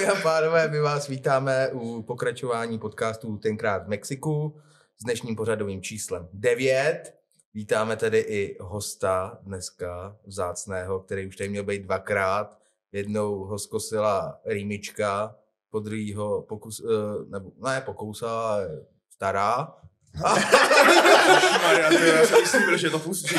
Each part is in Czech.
Dámy a pánové, my vás vítáme u pokračování podcastu Tenkrát v Mexiku s dnešním pořadovým číslem 9. Vítáme tedy i hosta dneska vzácného, který už tady měl být dvakrát. Jednou ho zkosila rýmička, po druhýho pokousala stará. Já jsem myslel, že to pustí.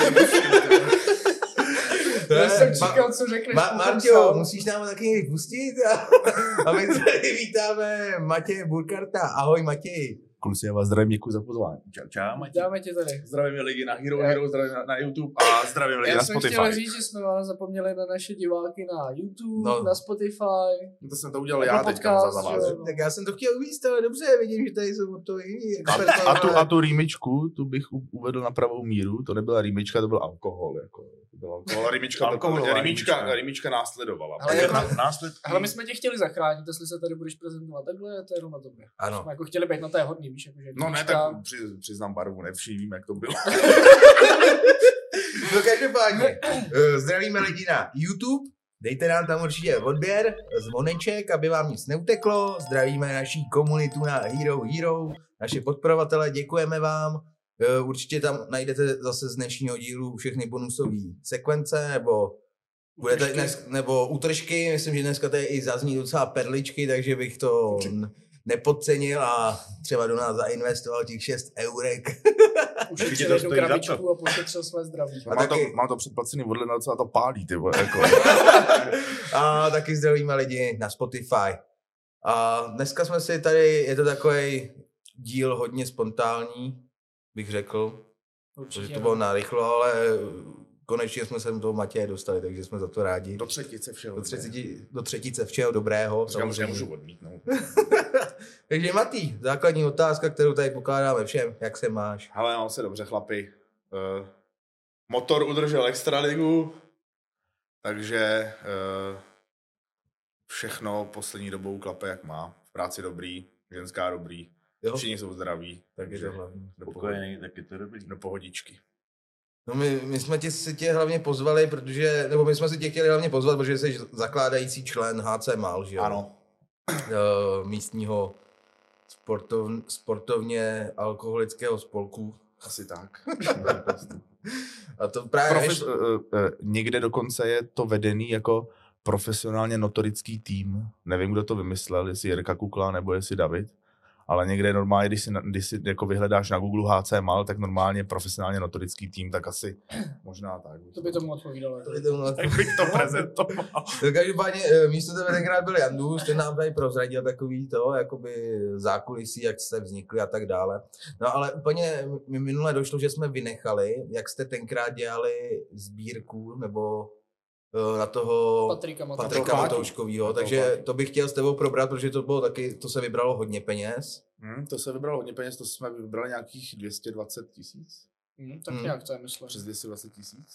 Já jsem čekal, co řekneš. Marťo, musíš nám taky pustit. A my tady vítáme Matěje Burkarta. Ahoj Matěj. Kluci, já vás zdravím, děkuji za pozvání. Čau, Matěj. Dáme tě tady. Zdravím lidi na Hero, zdravím na YouTube a zdravím lidi na Spotify. Já jsem chtěl říct, že jsme vás zapomněli na naše diváky na YouTube, na Spotify. To jsem to udělal já teďka za vás. Tak já jsem to chtěl uvíct, ale dobře, vidím, že tady jsou to jiní experti. A tu rýmičku, tu bych uvedl na pravou míru, to nebyla rýmička, to byl alkohol. Rýmička následovala. Ale my jsme tě chtěli zachránit, jestli se tady budeš prezentovat takhle, to je jenom na tobě. Ano. Jsme jako chtěli být na té hodný, víš, jakože... No ne, tak přiznám barvu, nevšimím, jak to bylo. No každopádně, zdravíme lidi na YouTube, dejte nám tam určitě odběr, zvoneček, aby vám nic neuteklo, zdravíme naší komunitu na Hero, naše podporovatele, děkujeme vám, určitě tam najdete zase z dnešního dílu všechny bonusové sekvence, nebo útržky, myslím, že dneska tady i zazní docela perličky, takže bych to nepodcenil a třeba do nás zainvestoval těch 6 eurek. Ušetřil jednu krabičku a pošetřil své zdraví. Mám to předplacený vodle, na docela to pálí, ty vole, jako. A taky zdravíme lidi na Spotify. A dneska jsme si tady, je to takový díl hodně spontánní, bych řekl. Určitě, že to bylo narychlo, ale konečně jsme se do toho Matěje dostali, takže jsme za to rádi. Do třetice všeho. Do třetice všeho dobrého. Já můžu odmítnout. Takže Matý, základní otázka, kterou tady pokládáme všem, jak se máš? Hele, mám se dobře, chlapi. Motor udržel extraligu, takže všechno poslední dobou klape jak má. V práci dobrý, ženská dobrý, všichni jsou zdraví. Tak je to hlavní. Spokojený, tak je to dobrý. Do pohodičky. No my jsme tě hlavně pozvali, nebo my jsme si tě chtěli hlavně pozvat, protože jsi zakládající člen HC Mal, že jo? Ano. Místního sportovně alkoholického spolku. Asi tak. A to právě... Někde dokonce je to vedený jako profesionálně notorický tým. Nevím, kdo to vymyslel, jestli Jirka Kukla nebo jestli David. Ale někde normálně, když si jako vyhledáš na Google HC Mal, tak normálně profesionálně notorický tým, tak asi možná tak. To by tomu odpovídalo. Tak bych to prezentoval. No každopádně místo tebe tenkrát byl Jandus, ten nám tady prozradil takový to, jakoby zákulisí, jak jste vznikli a tak dále. No ale úplně mi minule došlo, že jsme vynechali, jak jste tenkrát dělali sbírku, nebo na toho Patrika Matouškovýho, takže to bych chtěl s tebou probrat, protože to bylo taky, to se vybralo hodně peněz. To se vybralo hodně peněz, to jsme vybrali nějakých 220 000. Tak nějak to je, myslím. Přes 220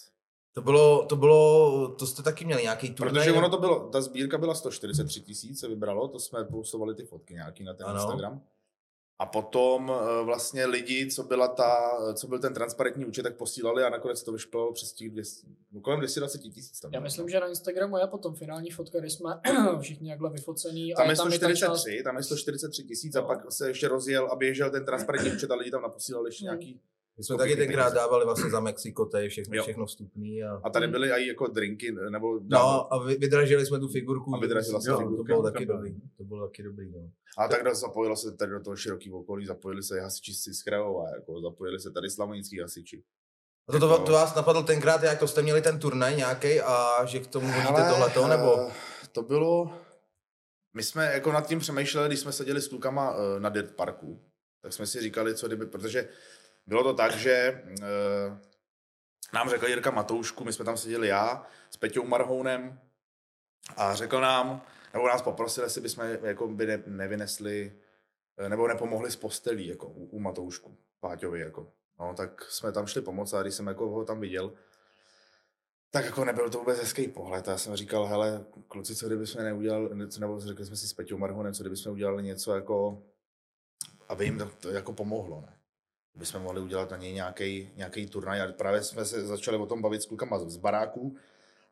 000. To jste taky měli nějaký turnaj. Protože ono to bylo, ta sbírka byla 143 000, se vybralo, to jsme postovali ty fotky nějaký na ten Instagram. A potom vlastně lidi, co byl ten transparentní účet, tak posílali a nakonec to vyšlo přes těch kolem 220 000 tam. Já myslím, že na Instagramu je potom finální fotka, kdy jsme všichni jakhle vyfocení. Tam je 143 000 a pak se ještě rozjel a běžel ten transparentní účet a lidi tam naposílali ještě nějaký. My jsme taky tenkrát dávali vlastně za Mexiko, to je všechno vstupný. A tady byly i jako drinky, nebo... No a vydražili jsme tu figurku. A vydražila se figurku. To bylo taky dobrý. No. A tak zapojilo se tady do toho širokého okolí, zapojili se hasiči z Ciskreova, jako zapojili se tady slavonický hasiči. A to vás napadlo tenkrát, jak to jste měli ten turnaj nějaký a že k tomu hodíte tohleto, nebo? To bylo... My jsme jako nad tím přemýšleli, když jsme seděli s klukama na Dirt Parku, tak jsme si říkali, co kdyby, protože bylo to tak, že nám řekl Jirka Matoušku, my jsme tam seděli já s Peťou Marhounem a řekl nám, nebo nás poprosil, jestli bychom jako by nevynesli nebo nepomohli s postelí jako u Matoušku, Páťovi jako. No, tak jsme tam šli pomoct a když jsem jako ho tam viděl, tak jako nebyl to vůbec hezký pohled. A já jsem říkal, hele, kluci, co kdybychom neudělali, nebo řekli jsme si s Peťou Marhounem, co kdybychom udělali něco jako, aby jim to jako pomohlo, ne? Bychom mohli udělat na něj nějaký turnaj a právě jsme se začali o tom bavit s klukama z baráků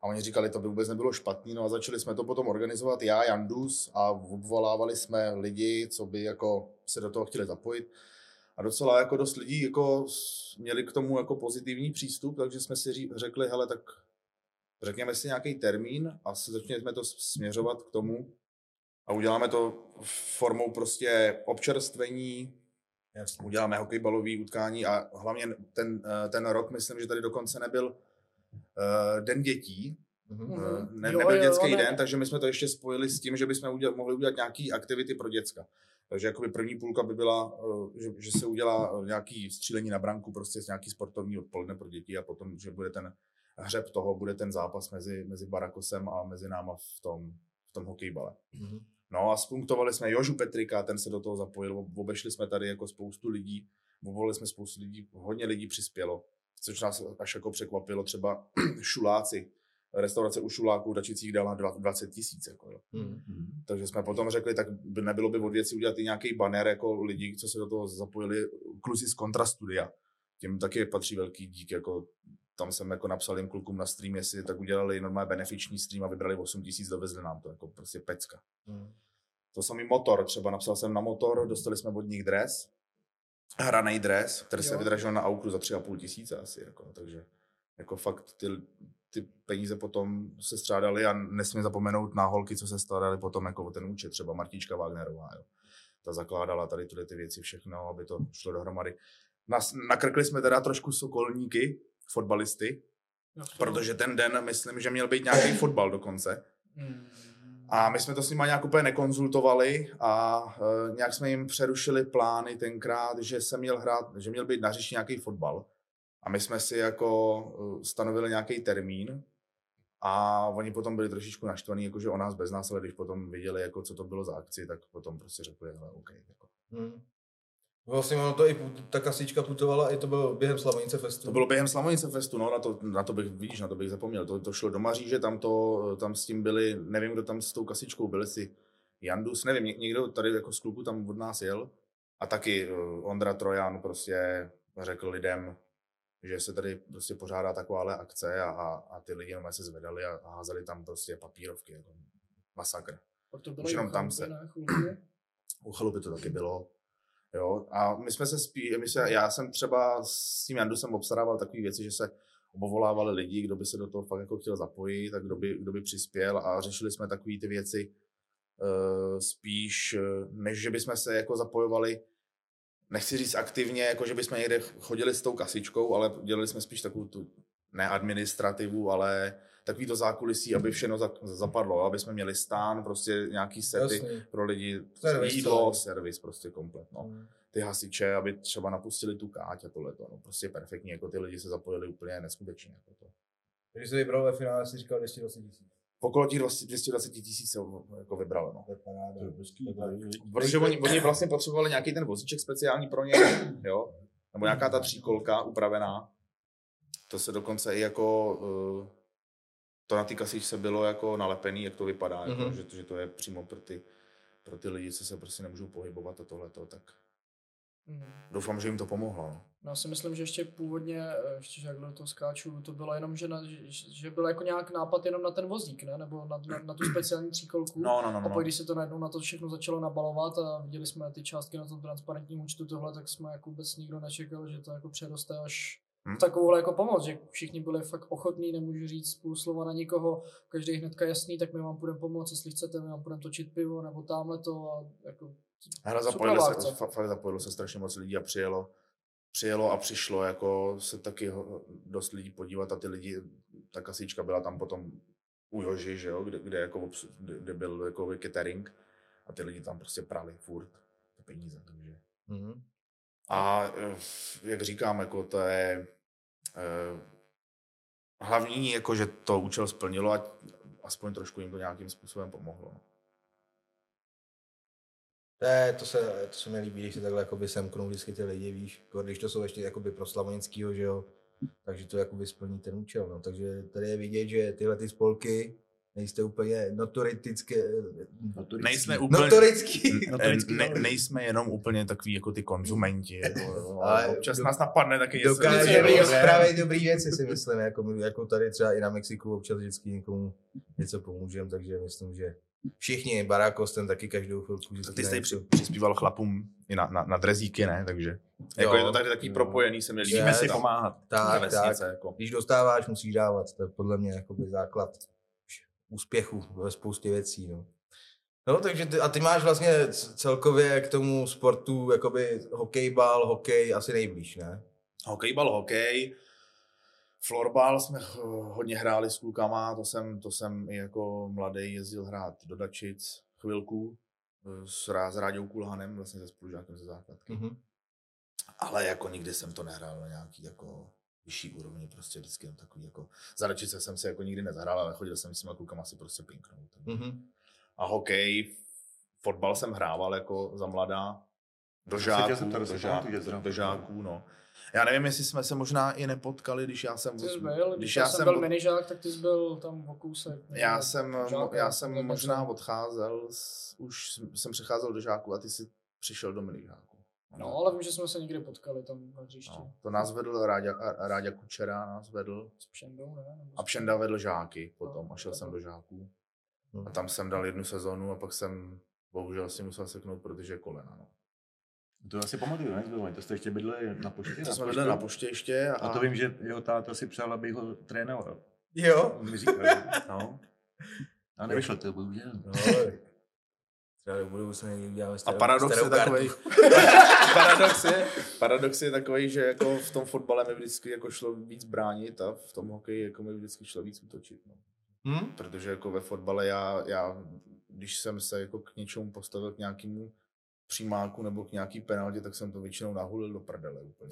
A oni říkali, to by vůbec nebylo špatný, no a začali jsme to potom organizovat já, Jandus, a obvolávali jsme lidi, co by jako se do toho chtěli zapojit. A docela jako dost lidí jako měli k tomu jako pozitivní přístup, takže jsme si řekli, hele, tak řekněme si nějaký termín a začněme to směřovat k tomu a uděláme to formou prostě občerstvení, uděláme hokejbalové utkání a hlavně ten rok, myslím, že tady dokonce nebyl den dětí, nebyl dětský den, takže my jsme to ještě spojili s tím, že bychom mohli udělat nějaké aktivity pro děcka. Takže jakoby první půlka by byla, že se udělá nějaký střílení na branku, prostě nějaký sportovní odpoledne pro děti a potom, že bude ten hřeb toho, bude ten zápas mezi Barakosem a mezi náma v tom hokejbale. No a spunktovali jsme Jožu Petrika, ten se do toho zapojil, obešli jsme tady jako spoustu lidí, obvolili jsme spoustu lidí, hodně lidí přispělo, což nás až jako překvapilo, třeba Šuláci, restaurace u Šuláků v Dačicích dala 20 000. Jako, Takže jsme potom řekli, tak nebylo by od věci udělat i nějaký banner jako lidí, co se do toho zapojili, kluci z Kontrastudia. Těm taky patří velký dík, jako tam jsem jako napsal jim klukům na stream, jestli tak udělali normálně benefiční stream a vybrali 8 000, dovezli nám to, jako prostě pecka. To samý Motor, třeba napsal jsem na Motor, dostali jsme od nich dres, hranej dres, který se vydražil na aukru za 3 500 asi, jako, takže jako fakt ty peníze potom se střádaly a nesmím zapomenout na holky, co se strádaly potom jako o ten účet, třeba Martička Wagnerová, jo. Ta zakládala tady ty věci všechno, aby to šlo dohromady. Nakrkli jsme teda trošku sokolníky, fotbalisty, protože ten den, myslím, že měl být nějaký fotbal dokonce. A my jsme to s nima nějak úplně nekonzultovali a nějak jsme jim přerušili plány tenkrát, že měl být na hřišti nějaký fotbal. A my jsme si jako stanovili nějaký termín a oni potom byli trošičku naštvaní, jakože o nás bez nás, ale když potom viděli, jako, co to bylo za akci, tak potom prostě řekli, hele, OK. Jako. Vlastně ono to i ta kasička putovala, i to bylo během Slavonice Festu. To bylo během Slavonice Festu, no, na to bych zapomněl. To šlo do Maříže, tam s tím byli, nevím, kdo tam s tou kasičkou byli, si Jandus, nevím, někdo tady jako z kluku tam od nás jel a taky Ondra Trojan prostě řekl lidem, že se tady prostě pořádá takováhle akce a ty lidi se zvedali a házeli tam prostě papírovky, jako masakr. Už jenom tam se. U Chalupy to taky bylo. Jo, a já jsem třeba s tím Jandusem obstarával takové věci, že se obovolávali lidi, kdo by se do toho fakt jako chtěl zapojit a kdo by přispěl a řešili jsme takové ty věci spíš, než že bychom se jako zapojovali, nechci říct aktivně, jako že bychom někde chodili s tou kasičkou, ale dělali jsme spíš takovou tu, ne administrativu, ale takový to zákulisí, aby všechno zapadlo, aby jsme měli stán, prostě nějaký sety pro lidi, jídlo, servis, prostě komplet, no. Ty hasiče, aby třeba napustili tu káť a tohleto, no, prostě perfektní, jako ty lidi se zapojili úplně neskutečně. Jako to. Když jsi vybral ve finále, jsi říkal 220 000. Okolo těch 220 000 se jako vybralo, no. Protože oni vlastně potřebovali nějaký ten vozíček speciální pro ně, jo, nebo nějaká ta tříkolka upravená. To se dokonce i jako to na té kasičce bylo jako nalepený, jak to vypadá, jako, že to je přímo pro ty lidi, co se prostě nemůžou pohybovat a tohleto, tak doufám, že jim to pomohlo. No. Já si myslím, že ještě původně, ještě jak do toho skáču, to bylo jenom, že byl jako nějak nápad jenom na ten vozík, ne? Nebo na tu speciální tříkolku. No. A pak, když se to najednou na to všechno začalo nabalovat a viděli jsme ty částky na tom transparentním účtu tohle, tak jsme jako vůbec nikdo nečekal, že to jako přeroste až takovouhle jako pomoc, že všichni byli fakt ochotní, nemůžu říct půl slova na nikoho, každý hnedka jasný, tak my vám budeme pomoct, jestli chcete, my vám budeme točit pivo nebo tamhle to a jako zapojilo se strašně moc lidí a přijelo a přišlo jako se taky dost lidí podívat a ty lidi, ta kasička byla tam potom u Joži, že jo, kde byl jako catering a ty lidi tam prostě prali furt ty peníze, takže. A jak říkám, jako to je hlavní, jako že to účel splnilo a aspoň trošku jim to nějakým způsobem pomohlo. To se mi líbí, když se takhle jakoby semknou vždycky ty lidi, víš, když to jsou ještě jakoby pro Slavonickýho, že jo, takže to jakoby splní ten účel, no. Takže tady je vidět, že tyhle ty spolky nejste úplně notorické. Nejsme úplně... Notorický. Nejsme jenom úplně takový jako ty konzumenti. Ale občas nás napadne taky něco. Dokážeme spravit dobrý věci, si myslím. Jako tady třeba i na Mexiku občas vždycky někomu něco pomůžeme, takže myslím, že všichni, Barákos, ten taky každou chvilku. Ty jsi tady přispíval chlapům i na drezíky, ne? Takže jako je to tady takový propojený, se mi líbíme si pomáhat. Tak. Jako. Když dostáváš, musíš dávat. To je podle mě jakoby základ úspěchu ve spoustě věcí. No, takže ty máš vlastně celkově k tomu sportu jakoby hokejbal, hokej asi nejblíž, ne? Hokejbal, hokej. Florbal jsme hodně hráli s klukama, to jsem i jako mladý jezdil hrát do Dačic chvilku s Ráďou Kulhanem, vlastně se spolužákem ze základky. Mm-hmm. Ale jako nikdy jsem to nehrál na nějaký jako vyšší úrovni, prostě vždycky jen takový jako za Dačice jsem se jako nikdy nezahrál, ale chodil jsem s těma klukama si prostě pinknout. Mm-hmm. A hokej, fotbal jsem hrával jako za mladá, do žáků, no. Já nevím, jestli jsme se možná i nepotkali, když já jsem... Když já jsem byl minižák, tak ty jsi byl tam o kousek. Já jsem možná odcházel, už jsem přecházel do žáku a ty jsi přišel do minižáku. No, ale vím, že jsme se někdy potkali tam na hřišti. No, to nás vedl Ráďa Kučera, nás vedl. S Pšendou, ne? A Pšenda vedl žáky potom a šel jsem do žáků. A tam jsem dal 1 sezónu a pak jsem bohužel si musel seknout, protože kolena, no. To asi pamatuju, ne? To jste ještě bydleli na poště? To jsme bydleli na poště ještě. A to vím, že jeho táta si přál, aby ho trénoval. Jo? Mi říkal, no. A nevyšlo to, bohužel. No, třeba do budoucna někdy děláme a paradox je takový, že jako v tom fotbale mi vždycky jako šlo víc bránit a v tom hokeji jako mi vždycky šlo víc útočit. No. Protože jako ve fotbale já, když jsem se jako k něčemu postavil k nějakému přímáku nebo k nějaký penaltě, tak jsem to většinou nahulil do prdele úplně.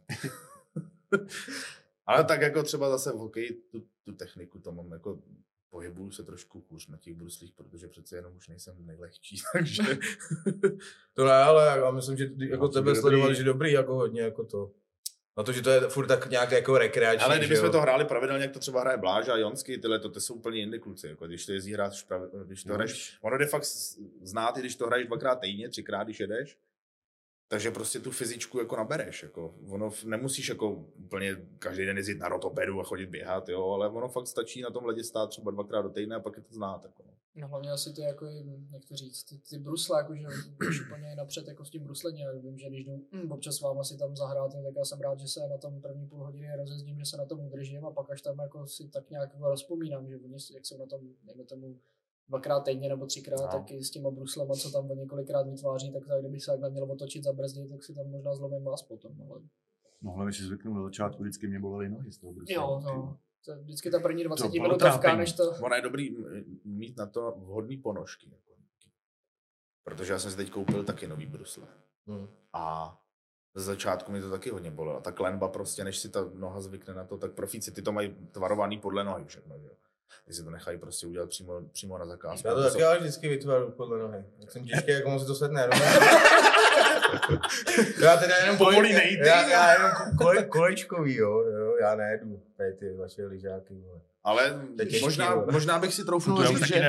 Ale tak jako třeba zase v hokeji tu techniku, to mám jako pohybuju se trošku hůř na těch bruslích, protože přece jenom už nejsem nejlehčí, takže... To ne, ale já myslím, že jako tebe sledovali, že dobrý, jako hodně, jako to. Na to, že to je furt tak nějak jako rekreační. Ale kdybychom to hráli pravidelně, jak to třeba hraje Bláža a Jonsky, tyhle to jsou úplně jiné kluci, jako když to jezdí hrát, když to hraješ, ono jde fakt znát, když to hraješ 2x týdně, 3x, když jedeš, takže prostě tu fyzičku jako nabereš, jako ono nemusíš jako úplně každý den jezdit na rotopedu a chodit běhat, jo, ale ono fakt stačí na tom ledě stát třeba 2x do týdne a pak je to znát, jako. No hlavně asi ty jako, jak to říct, ty brusle, jakože už úplně napřed jako s tím bruslením, já vím, že když jdu občas s váma si tam zahrát, tak já jsem rád, že se na tom první půl hodiny rozezdím, že se na tom udržím a pak až tam jako si tak nějak jako rozpomínám, že oni, jak jsou na tom, dejme tomu 2x týdně nebo 3x, no. Tak i s těma bruslema, co tam několikrát vytváří, tak kdybych se tak měl otočit, zabrzdit, tak si tam možná zlomím vás potom. Ale... No hlavně si zvyknu, na začátku vždycky mě bolely nohy z toho brusle. Jo, no. To vždycky ta první 20 minutovka, než to... Ono je dobrý mít na to vhodný ponožky. Protože já jsem si teď koupil taky nový brusle. A ze začátku mi to taky hodně bolelo. Ta klenba prostě, než si ta noha zvykne na to, tak profíci, ty to mají tvarovaný podle nohy všechno, jo. Ty si to nechají prostě udělat přímo na zakázku. Já to taky ale vždycky vytvaruju podle nohy. Jak jsem těžký, jako moc to sedne. Já teda jenom povolí nejde. Já jenom kolečkový, jo. Já nejedu tady ty vaše lyžáky. Ale možná bych si troufnul říct, že...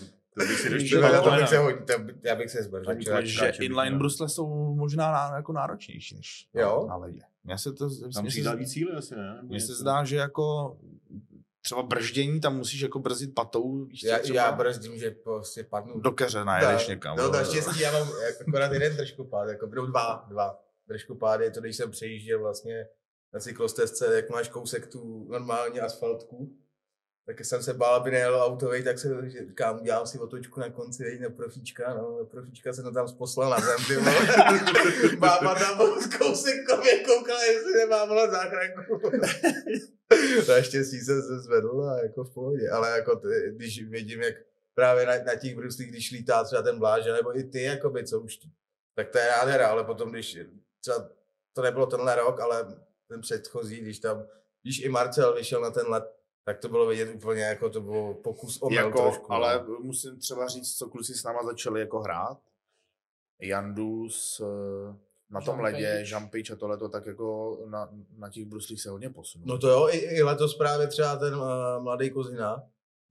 Já bych se zbral. Že inline brusle jsou možná jako náročnější než na ledě. Tam musí dát víc síly asi, ne? Mně se zdá, že jako třeba brždění, tam musíš jako brzdit patou. Já brzdím, že prostě padnu. Do keře najedeš někam. No naštěstí já mám akorát jeden držkopád, jako budou dva držkopády, to když jsem přejížděl vlastně na cyklostezce, jak máš kousek tu normální asfaltku, tak jsem se bál, aby nejelo autovej, tak se říkám, udělám si otočku na konci, na profíčka se to tam poslal na zem, ty vole. Máma tam s kousekově koukala, jestli nemá volat záchranku. Naštěstí jsem se zvedl a jako v pohodě, ale jako když vidím, jak právě na těch bruslích, když lítá třeba ten Bláža, nebo i ty, jakoby, co už, tak to je nádhera, ale potom, když třeba to nebylo tenhle rok, ale ten předchozí, když i Marcel vyšel na ten let, tak to bylo vidět úplně, jako to bylo pokus o jako, trošku. Ale musím třeba říct, co kluci s náma začali jako hrát. Jandus na tom ledě, Žampič a tohleto, tak jako na těch bruslích se hodně posunul. No to jo, i letos právě třeba ten mladý Kozina,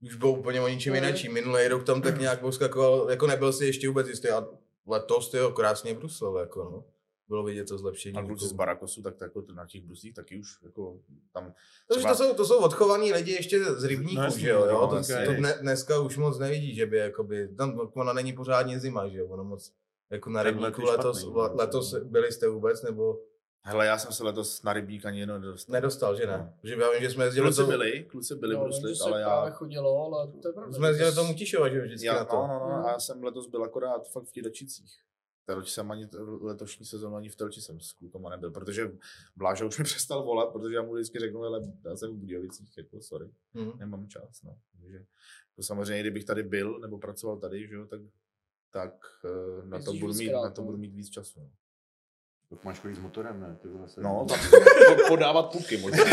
už byl úplně o ničem jinečím. Minulý rok tam tak nějak poskakoval, jako nebyl si ještě vůbec jistý, a letos tyho krásně bruslil, jako no. Bylo vidět to zlepšení. A kluci z Barakosu, tak jako na těch bruslích taky už jako tam... To jsou odchovaní lidi ještě z rybníků, no, že jo? no, To dneska už moc nevidí, že by jakoby, tam ona není pořádně zima, že jo? Ono moc, jako na rybníku letos byli jste vůbec, nebo... Hele, já jsem se letos na rybník ani jednou nedostal, že ne? No. Že já vím, že jsme jezdili... Kluci byli bruslit, ale já... chodilo, ale to je pravda. Jsme jezdili tomu Tišova, že jo, vždycky na to. No, a já jsem letos byl akorát fakt v Tělčicích. Telči jsem ani letošní sezónu ani v Telči jsem s klukama nebyl, protože Bláža už mi přestal volat, protože já mu vždycky řeknu, ale já jsem v Budějovicích, jako sorry, nemám čas, no. Takže to samozřejmě, kdybych tady byl, nebo pracoval tady, že jo, tak na to budu mít víc času. No. Tak máš chodit s motorem, ne? Ty zase... No, tak podávat puky možná.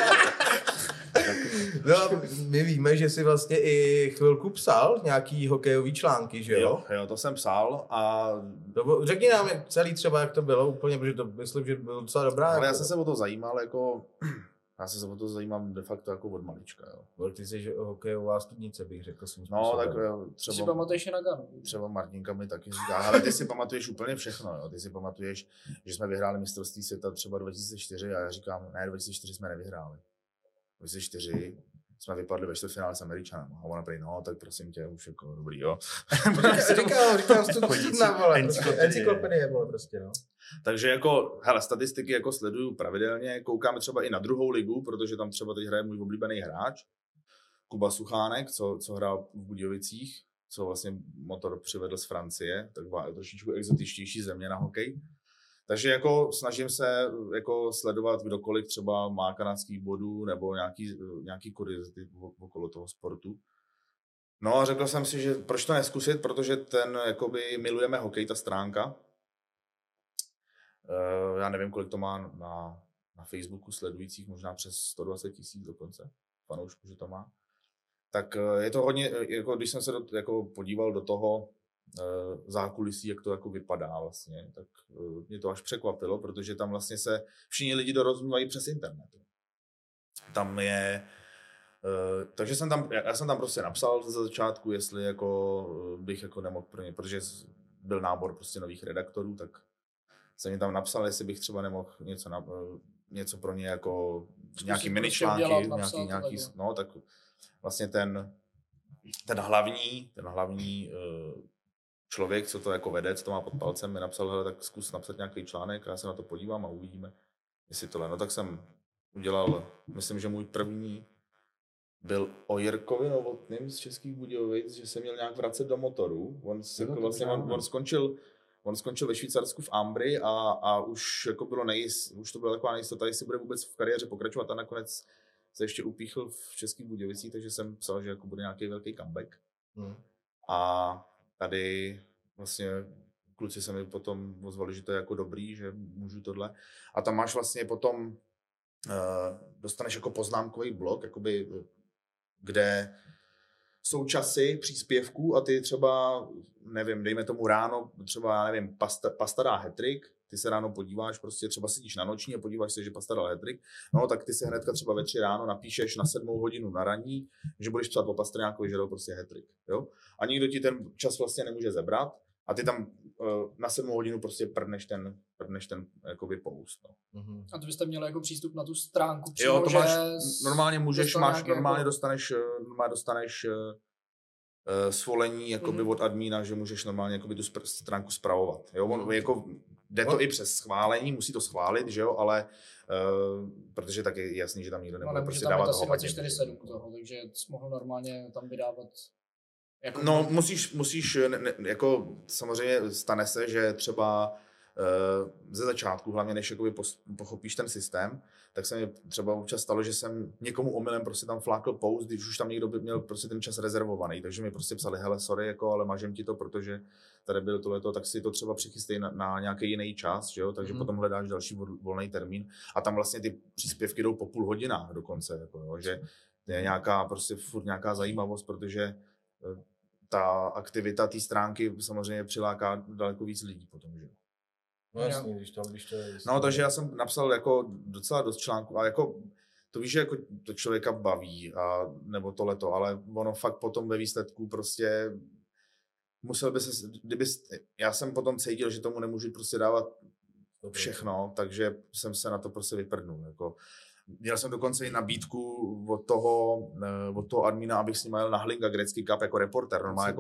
No, my víme, že jsi vlastně i chvilku psal nějaký hokejový články, že jo? Jo, to jsem psal a... Řekni nám celý třeba, jak to bylo úplně, protože to myslím, že bylo docela dobrá. Ale jako... já jsem se o to zajímal, jako... Já se o to zajímám de facto jako od malička, jo. Ty jsi hokejová studnice, bych řekl svým způsobem. No, tak třeba... Si pamatuješ na Ganu. Třeba Martinka mi taky říká, ale ty si pamatuješ úplně všechno, jo. Ty si pamatuješ, že jsme vyhráli mistrovství světa třeba 2004 a já říkám, ne, 2004 jsme nevyhráli. 2004 jsme vypadli ve čtvrtfinále s Američanem. A ona prý, no, tak prosím tě, už jako dobrý, jo. Říkám studna, vole, encyklopedie, vole, prostě, no. Takže jako, hele, statistiky jako sleduju pravidelně, koukáme třeba i na druhou ligu, protože tam třeba teď hraje můj oblíbený hráč, Kuba Suchánek, co hrál v Budějovicích, co vlastně motor přivedl z Francie, taková trošičku exotičtější země na hokej. Takže jako snažím se jako sledovat, kdokoliv třeba má kanadských bodů nebo nějaký kuriozity okolo toho sportu. No a řekl jsem si, že proč to neskusit, protože jakoby milujeme hokej, ta stránka. Já nevím, kolik to má na Facebooku sledujících, možná přes 120 000 dokonce, fanoušků, že to má. Tak je to hodně, jako když jsem se jako podíval do toho zákulisí, jak to jako vypadá vlastně, tak mě to až překvapilo, protože tam vlastně se všichni lidi dorozumívají přes internet. Tam je, takže já jsem tam prostě napsal za začátku, jestli jako bych jako nemohl pro ně, protože byl nábor prostě nových redaktorů, tak jsem mi tam napsal, jestli bych třeba nemohl něco pro ně jako nějaký miničlánky, no tak vlastně ten hlavní člověk, co to jako vede, co to má pod palcem, mi napsal, hele, tak zkus napsat nějaký článek, já se na to podívám a uvidíme, jestli tohle. No tak jsem udělal, myslím, že můj první byl o Jirkovi Novotným z Českých Budějovic, že se měl nějak vracet do motoru. On skončil ve Švýcarsku v Ambry a už jako už to byla taková nejistota, jestli bude vůbec v kariéře pokračovat a nakonec se ještě upíchl v Českých Budějovicích, takže jsem psal, že jako bude nějaký velký comeback. A tady vlastně kluci se mi potom ozvali, že to je jako dobrý, že můžu tohle. A tam máš vlastně potom, dostaneš jako poznámkový blok, jakoby, kde jsou časy příspěvků a ty třeba, nevím, dejme tomu ráno, třeba, nevím, Pasta dá hat-trick, ty se ráno podíváš, prostě třeba sedíš na noční a podíváš se, že Pasta dal hat-trick, no tak ty se hnedka třeba ve 3 ráno napíšeš na 7 hodinu na ranní, že budeš psát o Pastrňákovi, že dal prostě hat-trick, jo? A nikdo ti ten čas vlastně nemůže zebrat a ty tam na 7 hodinu prostě prdneš ten jakoby post, no. A to byste měli jako přístup na tu stránku přímo, jo, to máš, normálně můžeš, normálně dostaneš svolení jakoby od admína, že můžeš normálně jakoby tu stránku spravovat. Jo, jako jde to i přes schválení, musí to schválit, že jo, ale protože tak je jasný, že tam nikdo nebude prostě dávat asi 24/7 toho, takže jsi mohl normálně tam vydávat. Jako no, musíš jako samozřejmě stane se, že třeba ze začátku, hlavně než jakoby pochopíš ten systém, tak se mi třeba občas stalo, že jsem někomu omylem prostě tam flákl post, když už tam někdo by měl prostě ten čas rezervovaný, takže mi prostě psali, hele, sorry, jako, ale mažem ti to, protože tady byl tohleto, tak si to třeba přichystej na nějaký jiný čas, že jo, takže potom hledáš další volný termín a tam vlastně ty příspěvky jdou po půl hodinách dokonce, jako, jo, že je nějaká prostě furt nějaká zajímavost, protože ta aktivita té stránky samozřejmě přiláká daleko víc lidí potom, že? No jasně, když to je... No, takže já jsem napsal jako docela dost článků a jako to víš, že jako to člověka baví, a, nebo tohleto, ale ono fakt potom ve výsledku prostě musel by se, já jsem potom cítil, že tomu nemůžu prostě dávat všechno, takže jsem se na to prostě vyprdnul. Jako. Měl jsem dokonce i nabídku od toho admina, abych s ním jel na Hlinga Gretzky Cup jako reporter, normálně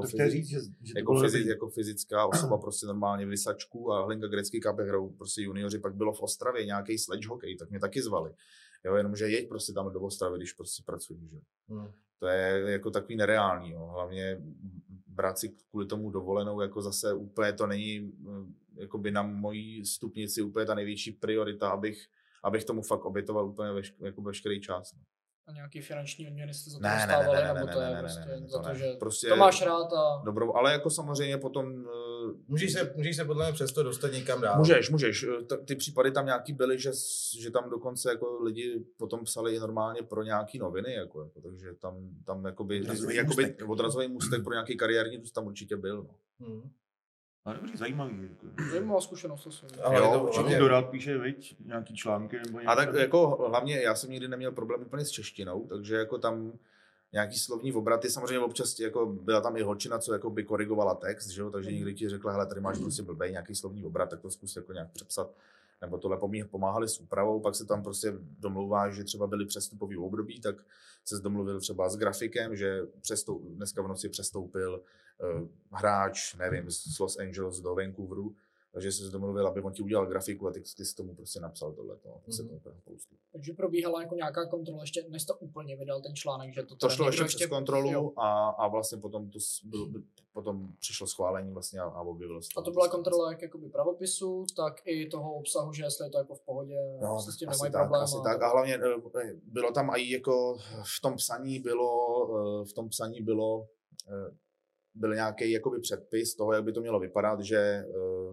jako fyzická osoba, prostě normálně v Lisačku a Hlinga Gretzky Cup hrajou prostě junioři, pak bylo v Ostravě nějaký sledge hokej, tak mě taky zvali. Jo, jenomže jeď prostě tam do Ostravy, když prostě pracuji, že? To je jako takový nereálný, jo. Hlavně brát si kvůli tomu dovolenou, jako zase úplně to není jakoby na mojí stupnici úplně ta největší priorita, abych tomu fakt obětoval úplně jako veškerý čas. A nějaký finanční odměny jste za to dostávali, nebo to je prostě za to, že prostě to máš rád a... Dobrou, ale jako samozřejmě potom... Můžeš se podle mě přesto dostat někam dál. Můžeš. Ty případy tam nějaký byly, že tam dokonce jako lidi potom psali normálně pro nějaký noviny, jako, takže tam jakoby odrazový můstek pro nějaký kariérní růst tam určitě byl. No. Ale dobrý, zajímavý. Zajímavá zkušenost asi. Určitě kdo rád píše, viď, nějaký články nebo něco. A tak jako hlavně já jsem nikdy neměl problém úplně s češtinou, takže jako tam nějaký slovní obraty, samozřejmě občas jako byla tam i holčina, co jako by korigovala text, že jo, takže někdy ti řekla, hele, tady máš prostě blbej nějaký slovní obrat, tak to zkus jako nějak přepsat, nebo tohle pomáhali s úpravou, pak se tam prostě domlouváš, že třeba byly přestupový období, tak se domluvil třeba s grafikem, že dneska v noci přestoupil hráč, nevím, z Los Angeles do Vancouveru, takže se domluvil, aby on ti udělal grafiku a ty jsi tomu prostě napsal tohleto. Takže probíhala jako nějaká kontrola, ještě než to úplně vydal ten článek, že to šlo ještě přes kontrolu a vlastně potom přišlo schválení vlastně a objevilo se. A to byla kontrola jak jakoby pravopisu, tak i toho obsahu, že jestli je to jako v pohodě, s tím nemají problém. Asi tak. A hlavně bylo tam i jako v tom psaní byl nějaký jakoby předpis toho, jak by to mělo vypadat, že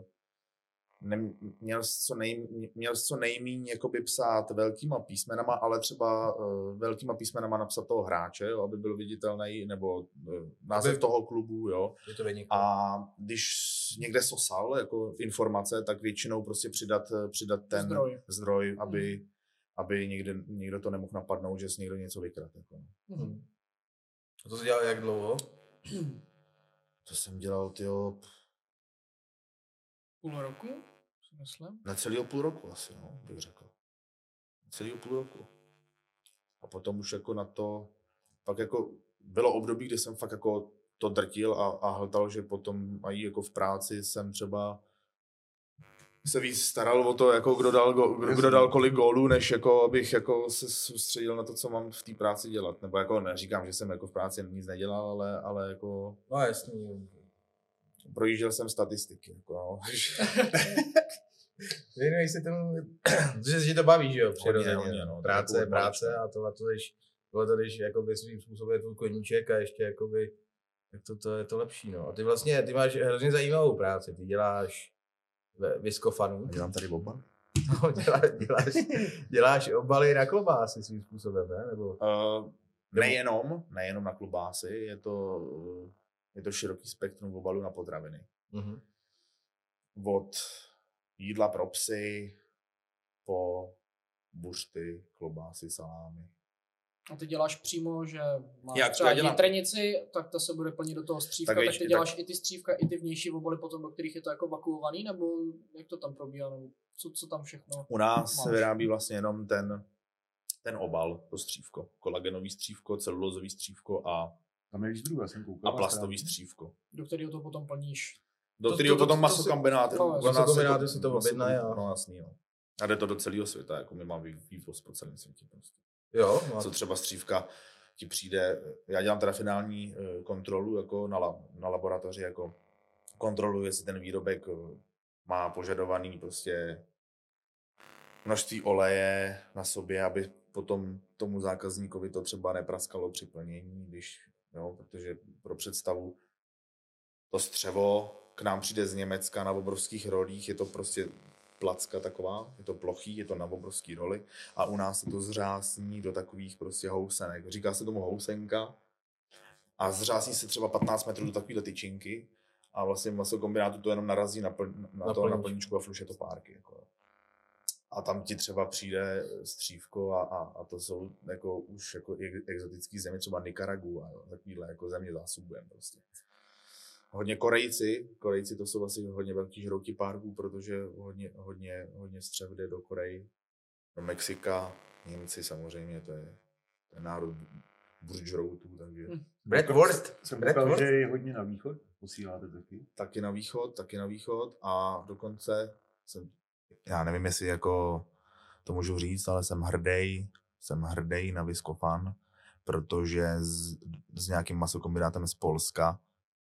měl co nejméně jakoby psát velkýma písmenama, ale třeba velkýma písmenama napsat toho hráče, jo, aby byl viditelný, nebo název toho klubu, jo. A když někde sosal jako informace, tak většinou prostě přidat ten zdroj aby někdo to nemohl napadnout, že si někdo něco vykradl. Jako. A to jsi dělal jak dlouho? To jsem dělal, půl roku, si myslím. Necelýho půl roku asi, no, bych řekl. Necelýho půl roku. A potom už jako na to, pak jako bylo období, kdy jsem fakt jako to drtil a hltal, že potom i jako v práci jsem třeba se víc staral o to, jako kdo dal kolik gólů, než jako abych jako se soustředil na to, co mám v té práci dělat. Nebo jako neříkám, že jsem jako v práci nic nedělal, ale jako... No jasný. Projížděl jsem statistiky. Jako, no. Věnuj se tomu, že to baví, že jo, přirozeně. No, práce a tohle když jakoby svým způsobem tvůj koníček a ještě jakoby, tak to je to lepší, no. A ty máš hrozně zajímavou práci, ty děláš viskofanu. Dělám tady obal? No, děláš obaly na klobásy svým způsobem, ne? Nebo... Nejenom na klobásy, je to široký spektrum obalů na potraviny. Mm-hmm. Od jídla pro psy po buřty, klobásy, salámy. A ty děláš přímo, že máš třeba jitrnici, tak ta se bude plnit do toho střívka, tak ty děláš i ty střívka, i ty vnější obaly potom, do kterých je to jako vakuovaný, nebo jak to tam probíhá, nebo co tam všechno? U nás se vyrábí vlastně jenom ten obal, to střívko, kolagenový střívko, celulózový střívko a tam je víc druhů, já jsem koukal. A plastový střívko. Do kterého to potom plníš? Do kterého potom masokombináty. Masokombináty si to objednají. No jasný, no. A jde to do celého světa, jako my máme vývoz po celém světě prostě. Jo. Co třeba střívka ti přijde, já dělám teda finální kontrolu jako na laboratoři, jako kontroluji, jestli ten výrobek má požadovaný prostě množství oleje na sobě, aby potom tomu zákazníkovi to třeba nepraskalo při plnění, protože pro představu to střevo k nám přijde z Německa na obrovských rolích, je to prostě placka taková, je to plochý, je to na obrovský roli a u nás se to zřásní do takových prostě housenek. Říká se tomu housenka a zřásní se třeba 15 metrů do takovýhle tyčinky a vlastně v masokombinátu to jenom narazí na plníčku a fluše to párky. Jako. a tam ti třeba přijde střívko a to jsou jako už jako exotický země, třeba Nikaragua, takovýhle jako země zásobujeme prostě. Hodně Korejci to jsou asi hodně velký žrouti párků, protože hodně střev jde do Koreji, do Mexika, Němci samozřejmě, to je národ buržroutů, takže... Bratwurst. Jsem koukal, že je hodně na východ, posíláte taky. Taky na východ a dokonce já nevím, jestli jako to můžu říct, ale jsem hrdý na Viscofan, protože s nějakým masokombinátem z Polska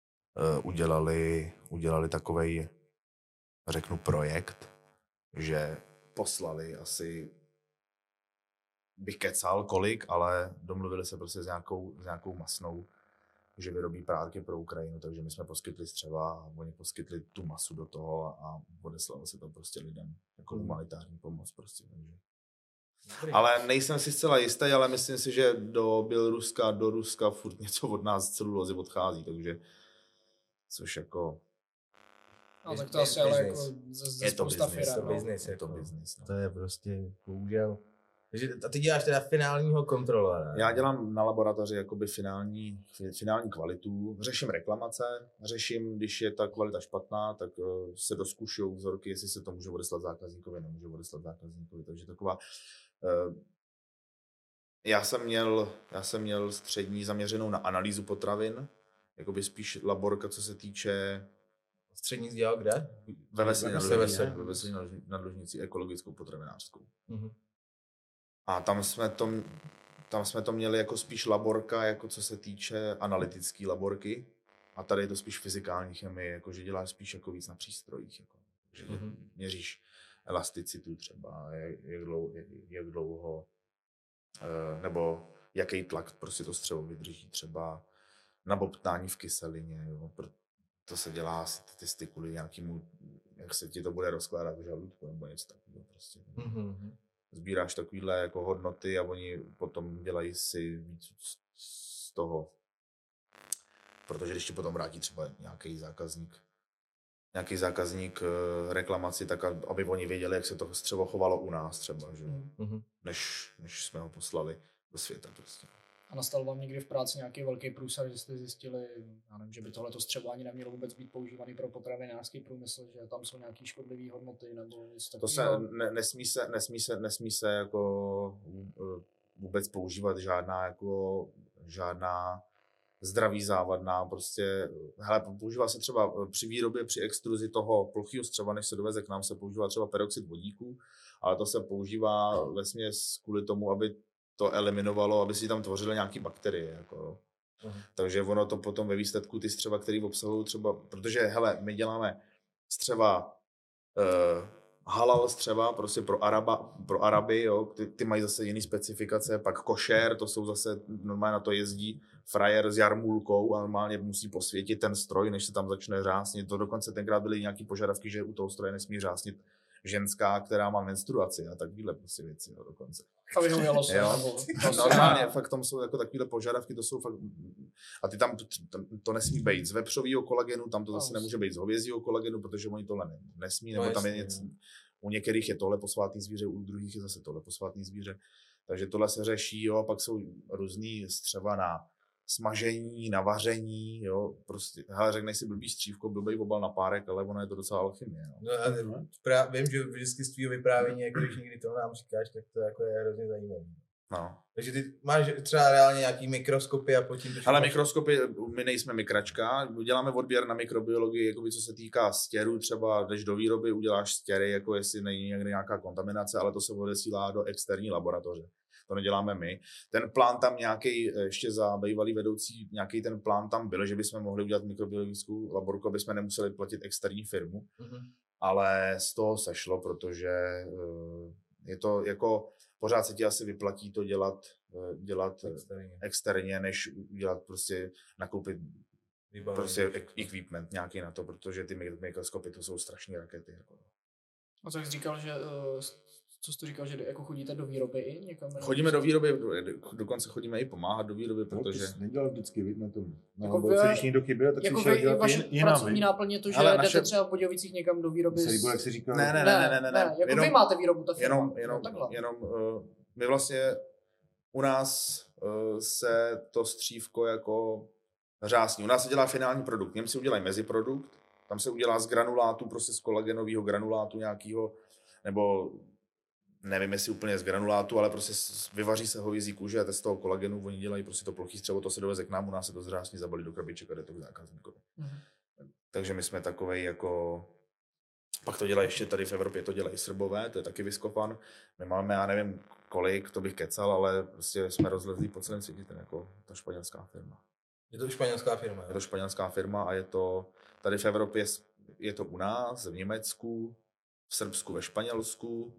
udělali takovej, řeknu, projekt, že poslali asi, bych kecal kolik, ale domluvili se prostě s nějakou masnou, že vyrobí prádky pro Ukrajinu, takže my jsme poskytli střeva a oni poskytli tu masu do toho a odeslalo se to prostě lidem jako humanitární pomoc prostě. Takže. Ale nejsem si zcela jistý, ale myslím si, že do Běloruska, do Ruska furt něco od nás celulozy odchází, takže což jako... No tak to asi ale jako ze spousta firem. Je to business. To je prostě, bohužel. Takže a ty děláš teda finálního kontrolora. Já dělám na laboratoři jakoby finální kvalitu, řeším reklamace, když je ta kvalita špatná, tak se dozkušují vzorky, jestli se to může odeslat zákazníkovi, nemůže odeslat zákazníkovi, takže taková... Já jsem měl střední zaměřenou na analýzu potravin, jakoby spíš laborka, co se týče... Střední jsi dělal kde? Ve Veselí nad Lužnicí ekologickou potravinářskou. Mm-hmm. A tam jsme to měli jako spíš laborka, jako co se týče analytické laborky. A tady je to spíš fyzikální chemie, jako že děláš spíš jako víc na přístrojích. Jako, že měříš elasticitu třeba, jak dlouho, nebo jaký tlak prostě to střevo vydrží třeba na bobtnání v kyselině. Jo. To se dělá statistiky kvůli nějakému, jak se ti to bude rozkládat v žaludku nebo něco takového prostě. Mm-hmm. Sbíráš takovýhle jako hodnoty a oni potom dělají si víc z toho. Protože když ti potom vrátí třeba nějaký zákazník reklamaci, tak aby oni věděli, jak se to střevo chovalo u nás třeba, že? Mm-hmm. než jsme ho poslali do světa prostě. A nastal vám někdy v práci nějaký velký průser, že jste zjistili, já nevím, že by tohleto střevo ani nemělo vůbec být používaný pro potravinářský průmysl, že tam jsou nějaký škodlivé hodnoty nebo něco takového? To se nesmí se jako vůbec používat žádná zdraví závadná, prostě, hele, používá se třeba při výrobě, při extruzi toho plochého střeva, než se doveze k nám, se používá třeba peroxid vodíku, ale to se používá vesměs kvůli tomu, aby to eliminovalo, aby si tam tvořily nějaké bakterie. Jako. Takže ono to potom ve výsledku ty střeva, které obsahují třeba, protože hele, my děláme střeva, halal střeva, prostě pro Araby, jo, ty mají zase jiný specifikace, pak košer, to jsou zase, normálně na to jezdí frajer s jarmulkou a normálně musí posvětit ten stroj, než se tam začne řásnit. To dokonce tenkrát byly nějaké požadavky, že u toho stroje nesmí řásnit ženská, která má menstruaci a takovýhle prostě věci, jo, dokonce. A vyhovělo se. Normálně, fakt tam jsou jako takovýhle požadavky, to jsou fakt, a ty tam to nesmí být z vepřového kolagenu, tam to zase nemůže být z hovězího kolagenu, protože oni tohle nesmí, nebo tam je něco, u některých je tohle posvátný zvíře, u druhých je zase tohle posvátný zvíře, takže tohle se řeší, jo, a pak jsou různý střeva na smažení, na vaření, jo, prostě, hele, řekneš si blbý střívko, blbý obal na párek, ale ono je to docela alchymie, no. Já vím, že vždycky z tvýho vyprávění, jako když někdy to nám říkáš, tak to jako je hrozně zajímavé. No. Takže ty máš třeba reálně nějaký mikroskopy a potom... Ale mikroskopy, my nejsme mikračka, uděláme odběr na mikrobiologii, jakoby co se týká stěru, třeba jdeš do výroby, uděláš stěry, jako jestli není někde nějaká kontaminace, ale to se odesílá do externí laboratoře. To neděláme my. Ten plán tam nějaký, ještě za bývalý vedoucí, nějaký ten plán tam byl, že bychom mohli udělat mikrobiologickou laborku, aby jsme nemuseli platit externí firmu, ale z toho sešlo, protože je to jako, pořád se ti asi vyplatí to dělat externě, než udělat prostě, nakoupit prostě equipment nějaký na to, protože ty mikroskopy to jsou strašné rakety. Jako. A co jsi říkal, že Co jsi to říkal, že jako chodíte do výroby i někam? Chodíme do výroby, dokonce chodíme i pomáhat do výroby, protože... No, nedělal vždycky, víc na tom. No, Jako jako když někdo chyběl, tak jako si šel dělat vaše jinam. pracovní náplň je to, že Ale jdete naše... třeba v Budějovicích někam do výroby. Se líbilo, jak jsi říkal. Ne. Jako jenom, vy máte výrobu, ta firma. Jenom my vlastně u nás se to střívko jako řásní. U nás se dělá finální produkt. Němci udělají meziprodukt, tam se udělá z granulátu, prostě z kolagenového granulátu nějakého, nebo nevím, jestli úplně z granulátu, ale prostě vyvaří se hovězí kůže a z toho kolagenu oni dělají prostě to plochý střevo, to se doveze k nám, u nás se to zřásní, zabalí do krabiček a jde to k zákazníkovi. Takže my jsme takovej jako... Pak to dělají ještě tady v Evropě, to dělají Srbové, to je taky Viscofan. My máme, já nevím kolik, to bych kecal, ale prostě jsme rozlezlí po celém světě, ten jako ta španělská firma. Je to španělská firma? Je to španělská firma a je to tady v Evropě, je to u nás, v Německu, v Srbsku, ve Španělsku.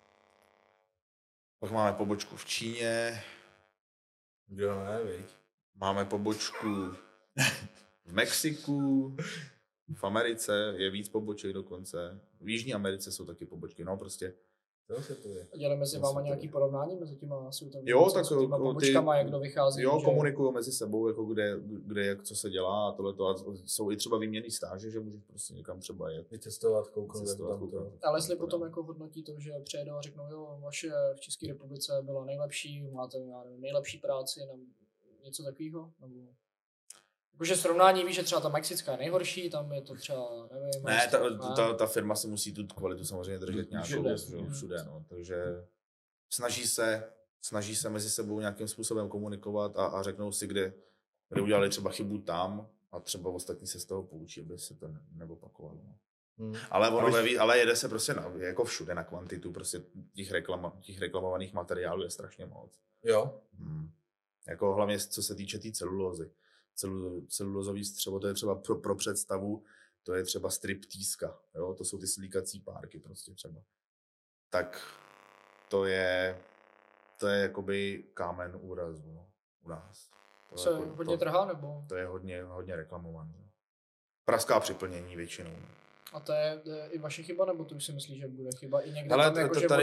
Pak máme pobočku v Číně. Jo, ne, viď. Máme pobočku v Mexiku, v Americe je víc poboček dokonce. V Jižní Americe jsou taky pobočky, no prostě. To se to je. Děláme mezi váma nějaký porovnání mezi těma pobočkama, jak kdo vychází? Jo, komunikují mezi sebou, jako kde jak co se dělá a tohleto. A jsou i třeba výměnný stáže, že můžeš prostě někam třeba jet. Vycestovat, kouknout, jak tam to. Ale jestli potom jako hodnotí to, že přijedou a řeknou, jo, vaše v České republice byla nejlepší, máte nejlepší práci, nebo něco takového? Nebo... Jakože srovnání, víš, že třeba ta mexická je nejhorší, tam je to třeba, nevím... Ne, ta firma si musí tu kvalitu samozřejmě držet nějakou všude, no. Takže snaží se mezi sebou nějakým způsobem komunikovat a řeknou si, kde udělali třeba chybu tam a třeba ostatní se z toho poučí, aby se to neopakovalo. No. Ale jede se prostě jako všude na kvantitu, prostě těch reklamovaných materiálů je strašně moc. Jo. Jako hlavně co se týče té celulózy. Celulózový střevo, to je třeba pro představu, to je třeba striptýska, jo, to jsou ty slíkací párky prostě třeba. Tak to je jakoby kámen úrazu, no, u nás. To je jako, hodně trhá, nebo? To je hodně reklamovaný. No. Praská připlnění většinou. No. A to je i vaše chyba, nebo to už si myslíš, že bude chyba i někde ale tam, jako, že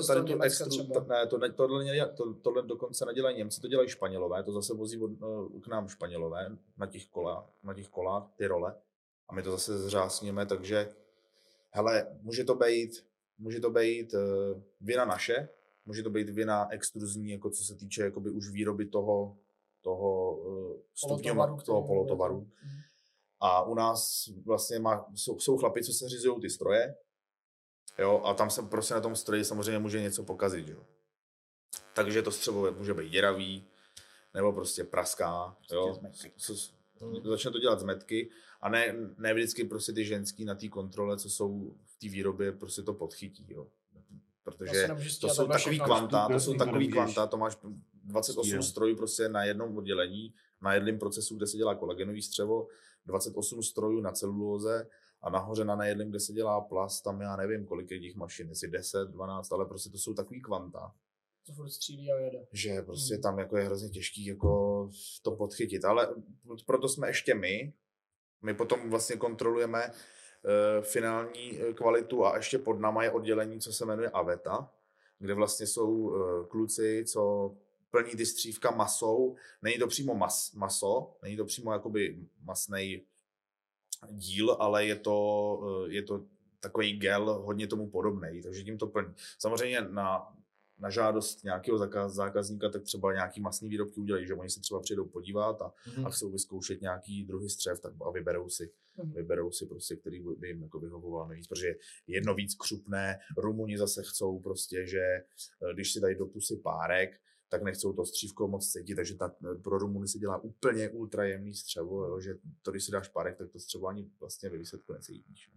tohle dokonce nedělají Němci, to dělají Španělové, to zase vozí k nám Španělové na těch kolách, ty role. A my to zase zřásněme, takže hele, může to být vina naše, může to být vina extruzní, jako co se týče jakoby už výroby toho stupňu, toho polotovaru. A u nás vlastně jsou chlapi, co se řizují ty stroje, jo, a tam se prostě na tom stroji samozřejmě může něco pokazit, jo. Takže to střevo může být děravý, nebo prostě praská, jo. Začne to dělat zmetky a ne vždycky prostě ty ženský na té kontrole, co jsou v té výrobě, prostě to podchytí, jo. Protože to jsou takový kvanta, to máš 28 strojů prostě na jednom oddělení, na jednom procesu, kde se dělá kolagenový střevo, 28 strojů na celulóze a nahoře na nejedlém, kde se dělá plast, tam já nevím, kolik je těch mašin, jestli 10, 12, ale prostě to jsou takový kvanta. To furt střílí a jede. Že prostě tam jako je hrozně těžký jako to podchytit, ale proto jsme ještě my potom vlastně kontrolujeme finální kvalitu a ještě pod náma je oddělení, co se jmenuje Aveta, kde vlastně jsou kluci, co plní ty střívka masou. Není to přímo maso, není to přímo jakoby masnej díl, ale je to takový gel hodně tomu podobný, takže tím to plní. Samozřejmě na žádost nějakého zákazníka tak třeba nějaký masný výrobky udělají, že oni se třeba přijdou podívat a chcou vyzkoušet nějaký druhý střev tak a vyberou si prostě, který by jim jako vyhovoval nejvíc, protože jedno víc křupné, Rumuni zase chcou prostě, že když si dají do pusy párek, tak nechcou to střívko moc cítit, takže pro Rumuny se dělá úplně ultra jemný střevo, jo, že to, když si dáš párek, tak to střevo ani vlastně ve výsledku necítíš.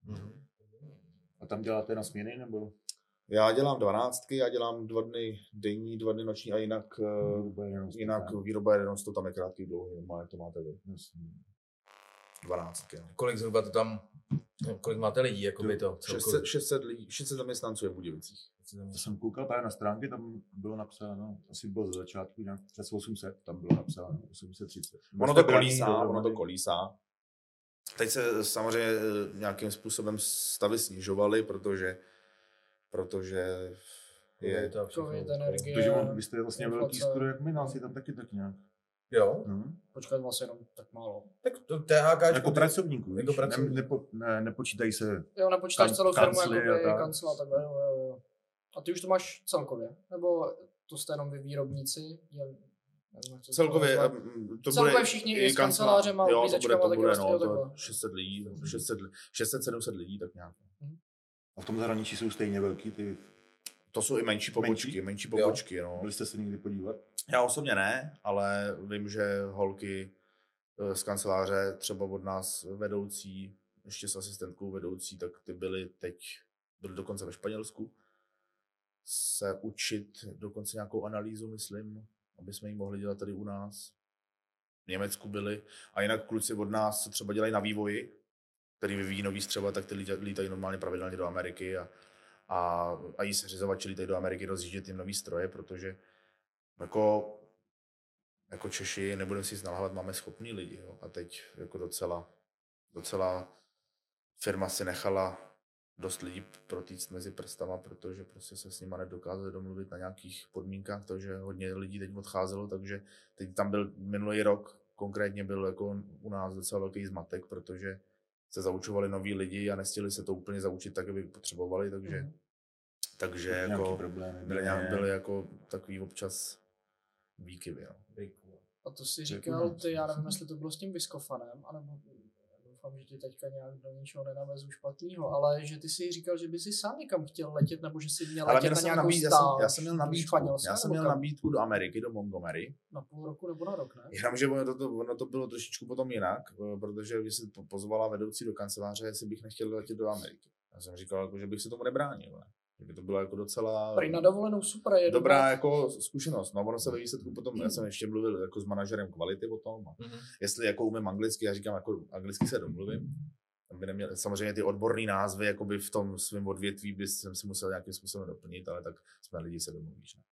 A tam děláte na směny, nebo? Já dělám 12, já dělám 2 dny denní, 2 dny noční a jinak výroba 11, to tam je krátký dlouhý, to máte vy. 12. No. Kolik zhruba to tam, kolik máte lidí, jakoby to? 600 zaměstnanců je v Budějovicích. To jsem koukal právě na stránky, tam bylo napsáno, asi bylo ze začátku nějak přes 800, tam bylo napsáno 830. Ono to kolísá. Teď se samozřejmě nějakým způsobem stavy snižovaly, protože protože je to covid, energie, Protože vy jste vlastně inflace. velký skoro jak my, nás je tam taky tak nějak. Jo, Počkat, vlastně jenom tak málo. tak to THK... Jako pracovníků, jako víš? pracovníků. Nepočítají se. Jo, nepočítáš celou firmu, kancly jakoby a tak. kancel a takhle, jo. A ty už to máš celkově? Nebo to jste jenom vy výrobníci? Nevím, jak to celkově nazvat. to Celkově bude všichni i s kancelářem a jo, uklízečkama to taky bude, vlastně, jo, to takhle. 600 lidí, 600-700 lidí, tak nějak. A v tom zahraničí jsou stejně velký ty. To jsou i menší pobočky, no. Byli jste se někdy podívat? Já osobně ne, ale vím, že holky z kanceláře, třeba od nás vedoucí, ještě s asistentkou vedoucí, tak ty byly dokonce ve Španělsku se učit dokonce nějakou analýzu, myslím, aby jsme ji mohli dělat tady u nás. V Německu byli. A jinak kluci od nás, co třeba dělají na vývoji, který vyvíjí nový střeva, tak ty lítají normálně pravidelně do Ameriky a i seřizovači lítají do Ameriky rozjíždět jim nový stroje, protože jako Češi, nebudeme si nalhávat, máme schopný lidi. Jo? A teď jako docela firma si nechala dost lidí protýct mezi prstama, protože prostě se s nima nedokázali domluvit na nějakých podmínkách, takže hodně lidí teď odcházelo, takže teď tam byl minulý rok, konkrétně byl jako u nás docela velký zmatek, protože se zaučovali noví lidi a nestihli se to úplně zaučit tak, aby potřebovali, takže jako byly jako takový občas výkyvy. Jo. A to si říkal, ty, já nevím, jestli to bylo s tím Viskofanem, anebo doufám, že ti teďka nějak do ničeho nenavezu špatnýho, ale že ty si říkal, že by si sám někam chtěl letět, nebo že si měl letět na nějakou stáž. Já jsem měl nabídku do Ameriky, do Montgomery. Na půl roku nebo na rok, ne? Jenomže ono to bylo trošičku potom jinak, protože když se pozvala vedoucí do kanceláře, jestli bych nechtěl letět do Ameriky. Já jsem říkal, jako, že bych se tomu nebránil. Ne? Že by to bylo jako docela prý na dovolenou super, je dobrá jako zkušenost. No, ono se ve výsledku potom, já jsem ještě mluvil jako s manažerem kvality o tom, jestli jako umím anglicky, já říkám, jako anglicky se domluvím. Aby neměl, samozřejmě ty odborné názvy jakoby v tom svém odvětví jsem si musel nějakým způsobem doplnit, ale tak jsme lidi se domluvíš. Ne?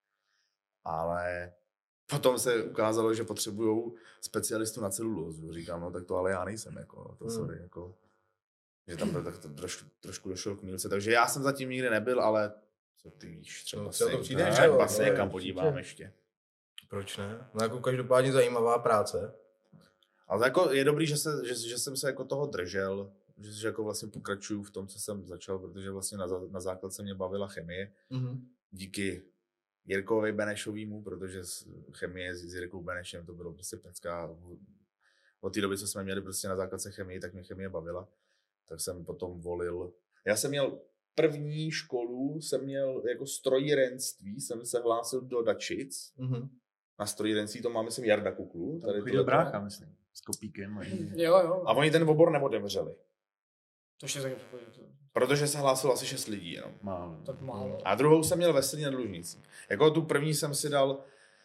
Ale potom se ukázalo, že potřebujou specialistu na celulózu. Říkám, no tak to ale já nejsem, jako, to sorry, jako. Že tam tak to trošku došlo k mýlce. Takže já jsem zatím nikdy nebyl, ale co ty víš, třeba se někam podívám ještě. Proč ne? No jako každopádně zajímavá práce. Ale jako je dobrý, že jsem se jako toho držel, že jako vlastně pokračuju v tom, co jsem začal, protože vlastně na základce mě bavila chemie. Díky Jirkovi Benešovýmu, protože chemie s Jirkou Benešem to bylo prostě pecká. Od té doby, co jsme měli prostě na základce chemii, tak mě chemie bavila. Tak jsem potom volil. Já jsem měl první školu, jsem měl jako strojírenství, jsem se hlásil do Dačic. Na strojírenství to má, myslím, Jarda Kuklu. Tady chodil brácha, myslím, s kopíkem. Jo. A oni ten obor neotevřeli. To je protože se hlásilo asi 6 lidí jenom. Málo. Tak málo. A druhou jsem měl ve Slíně nad Lužnicí. Jako tu první jsem si dal,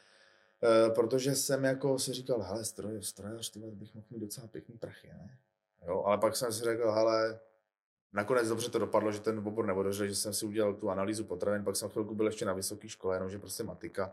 protože jsem jako si říkal, hele, strojař, ty bych mohl mít docela pěkný prachy, ne? Jo, ale pak jsem si řekl, hele, nakonec dobře to dopadlo, že ten obor neodevřel, že jsem si udělal tu analýzu potravin, pak jsem chvilku byl ještě na vysoké škole, jenomže prostě matika.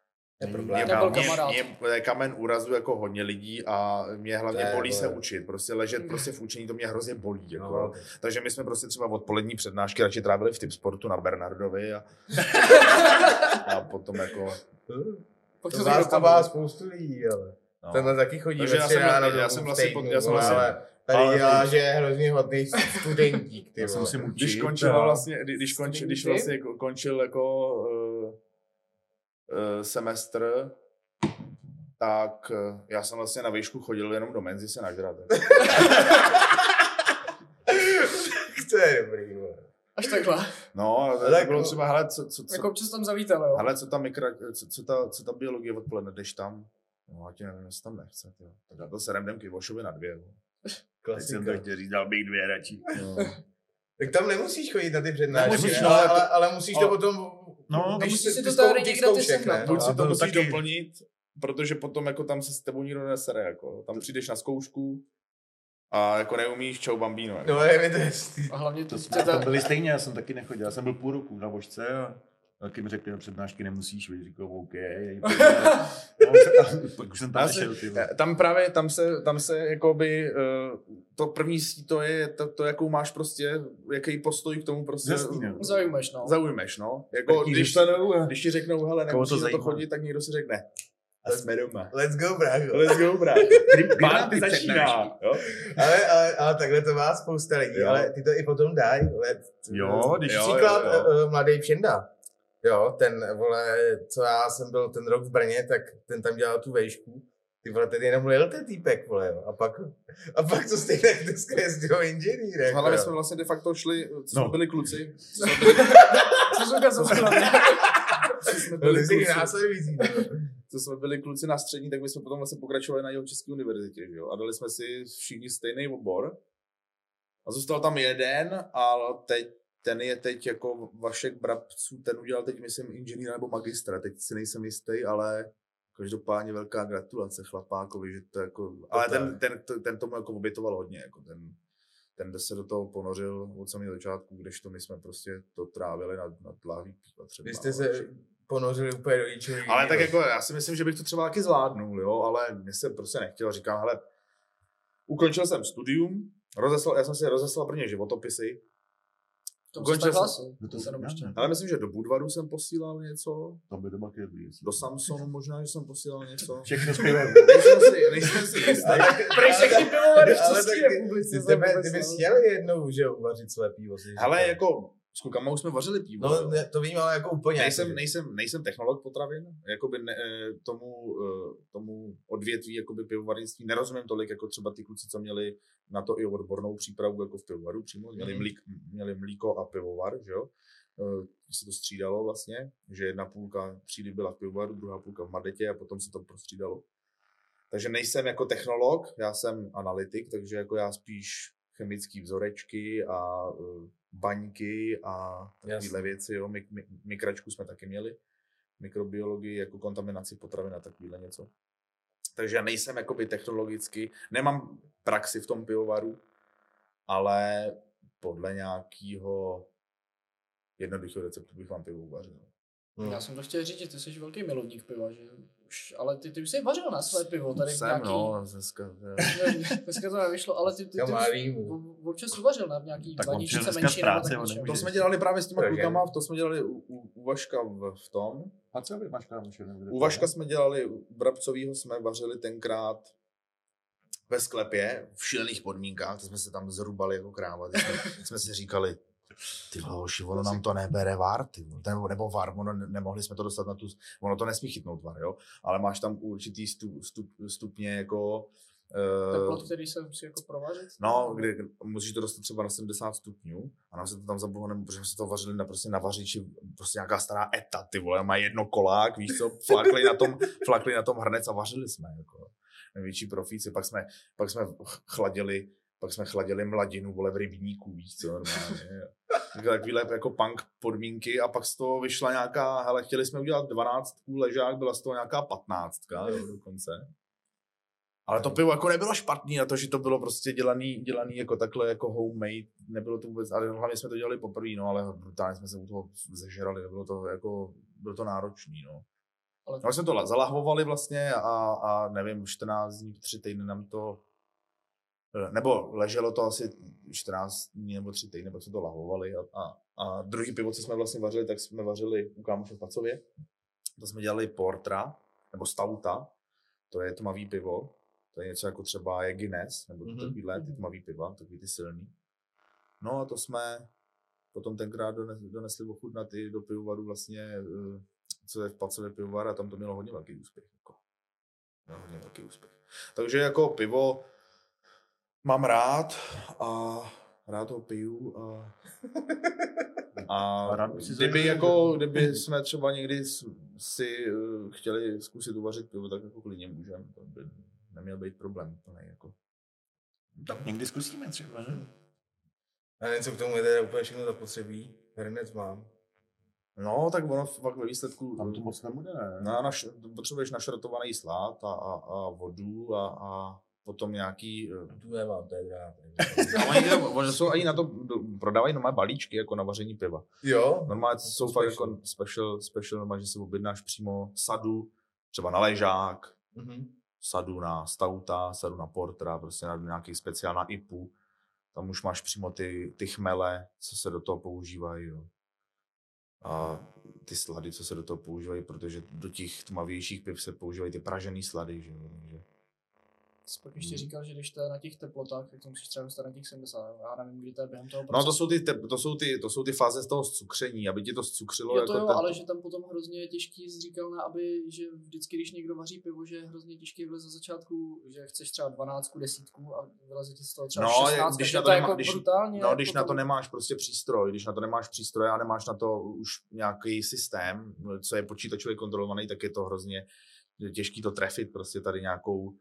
Je kamen úrazu jako hodně lidí a mě hlavně bolí se učit. Prostě ležet prostě v učení, to mě hrozně bolí. Jako. No. Takže my jsme prostě třeba odpolední přednášky radši trávili v Tipsportu na Bernardovi a potom jako... To má spoustu lidí, ale... No. Tenhle taky chodí ve 3 ráno do ale tady dělá, že je hrozně hodný studentík. Já se musím učit. Když vlastně končil jako semestr, tak já jsem vlastně na výšku chodil jenom do menzy se nažrat. To je dobrý, až takhle. No, tak bylo třeba, hele, co jako občas tam zavítal, jo. Hele, co ta biologie odpoledne, jdeš tam? No, a ti nevím, jestli tam nechce, jo. Tak já to serem jdem k Ivošovi na 2, jo. Teď jsem to chtěl říct, dal bych 2 radši. No. Tak tam nemusíš chodit na ty přednášky, ale musíš to potom... No, když si to tady někde ty sehnat. Buď si to musíš doplnit, protože potom jako tam se s tebou nikdo nesere, jako. Tam přijdeš na zkoušku a jako neumíš, čau bambíno. Jako. No, je mi to jasný. A hlavně to byli stejně, já jsem taky nechodil, já jsem byl půl roku na vožce a taky mi řekli, že přednášky nemusíš, víš, říkal, OK. Pak už jsem tam nešel, ty. Tam právě, tam se jakoby, to první to je to, jakou máš prostě, jaký postoj k tomu prostě zaujmeš, no. Jako, když ti řeknou, hele, nemusíš na to chodit, tak někdo si řekne, a jsme doma. Let's go, brácho. Let's go, brácho. Párty začíná. Ale takhle to má spousta lidí, jo. Ale ty to i potom dají. Jo, když příklad mladý Pšenda. Jo, ten, vole, co já jsem byl ten rok v Brně, tak ten tam dělal tu vejšku. Ty vole, ten jenom lil ten týpek, vole, jo. A pak to stejně dneska jezdil inženýr. Ale my jsme vlastně de facto šli, co jsme byli kluci. Co jsme byli kluci na střední, tak my jsme potom vlastně pokračovali na Jihočeské univerzitě, že jo. A dali jsme si všichni stejný obor. A zůstal tam jeden, ale ten je teď jako Vašek Brabců, ten udělal teď, myslím, inženýra nebo magistra, teď si nejsem jistý, ale každopádně velká gratulace chlapákovi, že to jako, ale ten tomu jako obětoval hodně, jako ten se do toho ponořil od samého začátku, kdežto my jsme prostě to trávili na lahví piva třeba. Vy jste se ponořili úplně do ničeho. Ale tak jako, já si myslím, že bych to třeba taky zvládnul, jo, ale mě se prostě nechtěl, říkám, hele, ukončil jsem studium, já jsem si rozeslal prvně životopisy. Ale myslím, že do Budvaru jsem posílal něco. Tam by to bylo do Samsonu možná, že jsem posílal něco. Všechno zpěvám. Nejsem si jistý. Prej všechny pivovary v České republice. Ty bys chtěl jednou, že uvařit své pivo. Ale jako s klukama už jsme vařili pivo. No to vím, ale jako úplně. Nejsem technolog potravin. Jakoby tomu odvětví jakoby pivovarnictví nerozumím tolik, jako třeba ty kluci, co měli na to i odbornou přípravu jako v pivovaru přímo. Měli mlíko a pivovar, že jo. Se to střídalo vlastně, že jedna půlka třídy byla v pivovaru, druhá půlka v Madetě a potom se to prostřídalo. Takže nejsem jako technolog, já jsem analytik, takže jako já spíš chemické vzorečky a baňky a takovéhle věci, jo. Mikračku jsme taky měli, mikrobiologii, jako kontaminaci potravin a takovéhle něco. Takže já nejsem jakoby technologicky, nemám praxi v tom pivovaru, ale podle nějakého jednoduchého receptu bych vám pivo uvařil. Já jsem to chtěl říct, že ty jsi velký milovník piva, že už, ale ty už jsi vařil na své pivo, tady jsem, nějaký... no, dneska to nevyšlo, ale ty už občas uvařil na nějaký vaničce menší nebo tak něčem. To jsme dělali právě s těma klukama, to jsme dělali u Vaška v tom. A co vy Vaška? U Vaška jsme dělali, u Brabcovýho jsme vařili tenkrát ve sklepě, v šílených podmínkách, to jsme se tam zrubali jako kráva, jsme si říkali, ty hoši, ono nám to nebere var, nebo var, nemohli jsme to dostat na tu, ono to nesmí chytnout var, jo, ale máš tam určitý stupně jako... Teplot, který se musí jako provařit? No, kde musíš to dostat třeba na 70 stupňů a nám se to tam za boha protože jsme se to vařili na vařiči, prostě nějaká stará eta, ty vole, má jedno kolák, víš co, flakli na tom hrnec a vařili jsme, jako největší profíci, pak jsme chladili mladinu, vole, v rybníku, víš co, normálně. Takovýhle jako punk podmínky a pak z toho vyšla nějaká, hele, chtěli jsme udělat 12 ležák, byla z toho nějaká 15, jo, dokonce. Ale to pivo jako nebylo špatný na to, že to bylo prostě dělaný jako takhle jako homemade, nebylo to vůbec, ale hlavně jsme to dělali poprvé, no, ale brutálně jsme se u toho zežrali, bylo to náročný, no. Ale jsme to zalahvovali vlastně a nevím, 14 dní, 3 týdny nám to, nebo leželo to asi 14 dní nebo 3 týdny, pak jsme to lahovali a druhý pivo, co jsme vlastně vařili, tak jsme vařili u kámoše v Pacově, to jsme dělali portra, nebo stouta, to je tmavý pivo, to je něco jako třeba je Guinness, nebo takovýhle ty tmavý piva, takový ty silný. No a to jsme potom tenkrát donesli ochutnat i do pivovaru vlastně, co je v Pacově pivovar a tam to mělo hodně velký úspěch. Takže jako pivo mám rád a rád ho piju a kdyby jsme třeba někdy si chtěli zkusit uvařit pivo, tak jako klidně můžeme, to by neměl být problém plný, jako. Tak někdy zkusíme třeba, ne? A něco k tomu je teda úplně všechno zapotřebí, hrnec mám. No, tak ono fakt ve výsledku... Tam to moc nebude, ne? Potřebuješ našrotovaný slad a vodu a potom nějaký... Tu nemám, to je drahá. Oni jsou ani na to, prodávají normálně balíčky, jako na vaření piva. Jo? Normálně jsou fakt jako special normálně, že si objednáš přímo sadu, třeba na ležák, sadu na stouta, sadu na portera, prostě na nějaký speciál na IPu. Tam už máš přímo ty chmele, co se do toho používají. Jo. A ty slady, co se do toho používají, protože do těch tmavějších piv se používají ty pražený slady. Že? Jsi pak ještě říkal, že když to je na těch teplotách, tak to musíš třeba dostat na těch 70. Já nevím, kdy to je během toho procesu. No to jsou ty fáze z toho zcukření, aby ti to zcukřilo. Jo, to jako jo, ale že tam potom hrozně je těžký, říkal, aby, že vždycky, když někdo vaří pivo, že je hrozně těžký vylez za začátku, že chceš třeba 12, 10 a vyleze ti z toho třeba 16, když na to jako brutálně. No, když na to nemáš prostě přístroj, a nemáš na to už nějaký systém, co je počítačově kontrolovaný, tak je to hrozně těžký to trefit prostě tady nějakou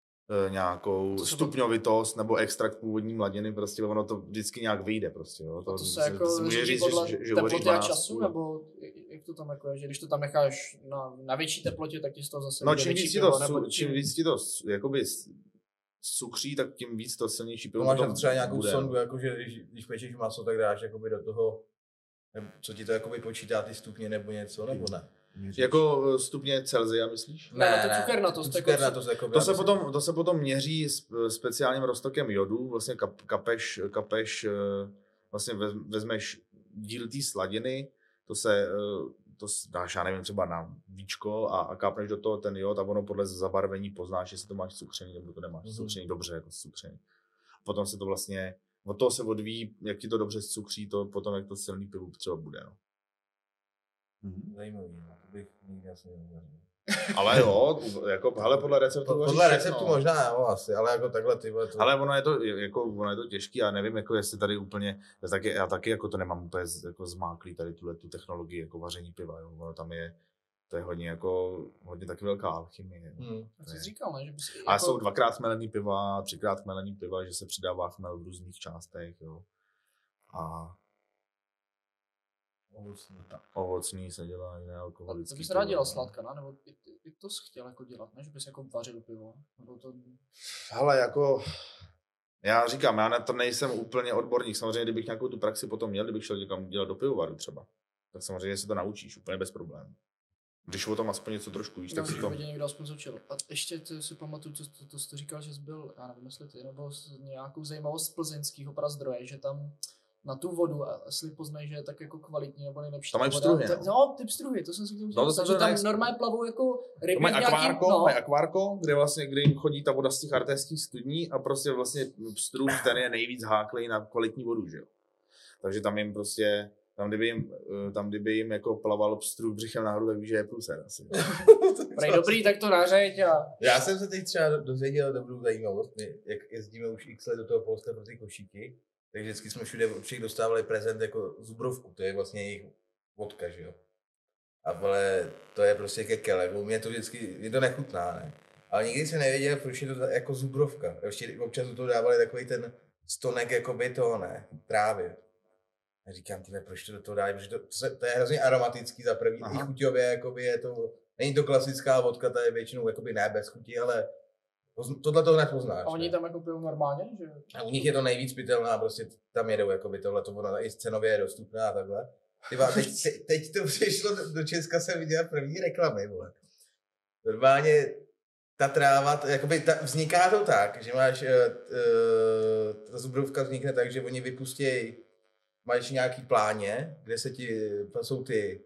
stupňovitost nebo extrakt původní mladiny, prostě ono to vždycky nějak vyjde prostě, jo. To se jako říct, podle teploty a času, nebo jak to tam jako je, že když to tam necháš na větší teplotě, tak ti z toho zase čím víc ti to jakoby cukří, tak tím víc to silnější pivo. Máš tam třeba nějakou sondu, jakože když pečeš maso, tak dáš jakoby do toho, co ti to jakoby počítá ty stupně nebo něco, nebo ne? Jako stupně Celsia, myslíš? Ne, to cukernatost. To se potom měří speciálním roztokem jodu, vlastně kapeš vlastně vezmeš díl té sladiny, to dáš, já nevím, třeba na víčko a kápneš do toho ten jod a ono podle zabarvení poznáš, jestli to máš cukřený nebo to nemáš cukřený dobře, jako cukřený. Potom se to vlastně, od toho se odvíjí, jak ti to dobře cukří, to potom, jak to silný pivo třeba bude, no. Zajímavý, no. To bych nikdy asi neuvěřil. Ale jo, jako, hele, podle receptu možná, jo, asi, ale jako takhle ty vole. Ale ono je to těžký, já nevím, jako jestli tady úplně, já taky jako to nemám úplně jako zmáklý tady tu technologii, jako vaření piva, jo, ono tam je, to je hodně taky velká alchymie. To jsi říkal, ne? Že bys, a jsou 2x chmelený piva, 3x chmelený piva, že se přidává chmel v různých částech, jo. A ovocný se dělá jiné alkoholický. To bys rád dělal sladka, nebo jak to jsi chtěl jako dělat, ne? Že bys jako vařil pivo? Nebo to... Hele, jako... Já říkám, já na to nejsem úplně odborník. Samozřejmě, kdybych nějakou tu praxi potom měl, kdybych šel někam dělat do pivovaru třeba, tak samozřejmě se to naučíš úplně bez problémů. Když o tom aspoň něco trošku víš, tak si to... někdo aspoň zaučil. A ještě si pamatuju, to jsi říkal, že jsi byl, já nevím, jestli ty, nebo nějakou zajímavost z plzeňského prazdroje, že tam na tu vodu a jestli poznají, že je tak jako kvalitní nebo nejlepší. Tam mají pstruhy, no, ty pstruhy, to jsem si chtěl říct. Takže tam normálně plavou jako ryby nějakým... Mají akvárko, kde jim chodí ta voda z těch artéských studní a prostě vlastně pstruh, ten je nejvíc háklej na kvalitní vodu, že jo. Takže tam jim prostě, tam kdyby jim jako plaval pstruh břichem nahoru, tak víš, že je pluser asi. Prej dobrý, tak to nařeď a... Já jsem se teď třeba dozvěděl dobrou zajímavost, jak jezdíme už x let do toho Polska pro ty košíky. Takže vždycky jsme všech dostávali prezent jako zubrovku, to je vlastně jejich vodka, že jo. Ale to je prostě kekele, u mě to vždycky, je to nechutná, ne. Ale nikdy jsem nevěděl, proč je to jako zubrovka. Ještě občas do toho dávali takový ten stonek jakoby toho, ne, trávy. A říkám, tyhle, proč to do toho dávají, protože to je hrozně aromatický za první, i chuťově, jakoby je to, není to klasická vodka, ta je většinou jakoby ne bez chuti, ale tohle to hned poznáš. A oni tam jako pijou normálně, že? A u nich je to nejvíc pitelná, prostě tam jedou jakoby tohle, to ona i cenově je dostupná a takhle. Teď to přišlo do Česka, jsem viděl první reklamy, vole. Normálně ta tráva, jakoby vzniká to tak, že máš, ta zubrovka vznikne tak, že oni vypustí, máš nějaký pláně, kde jsou ty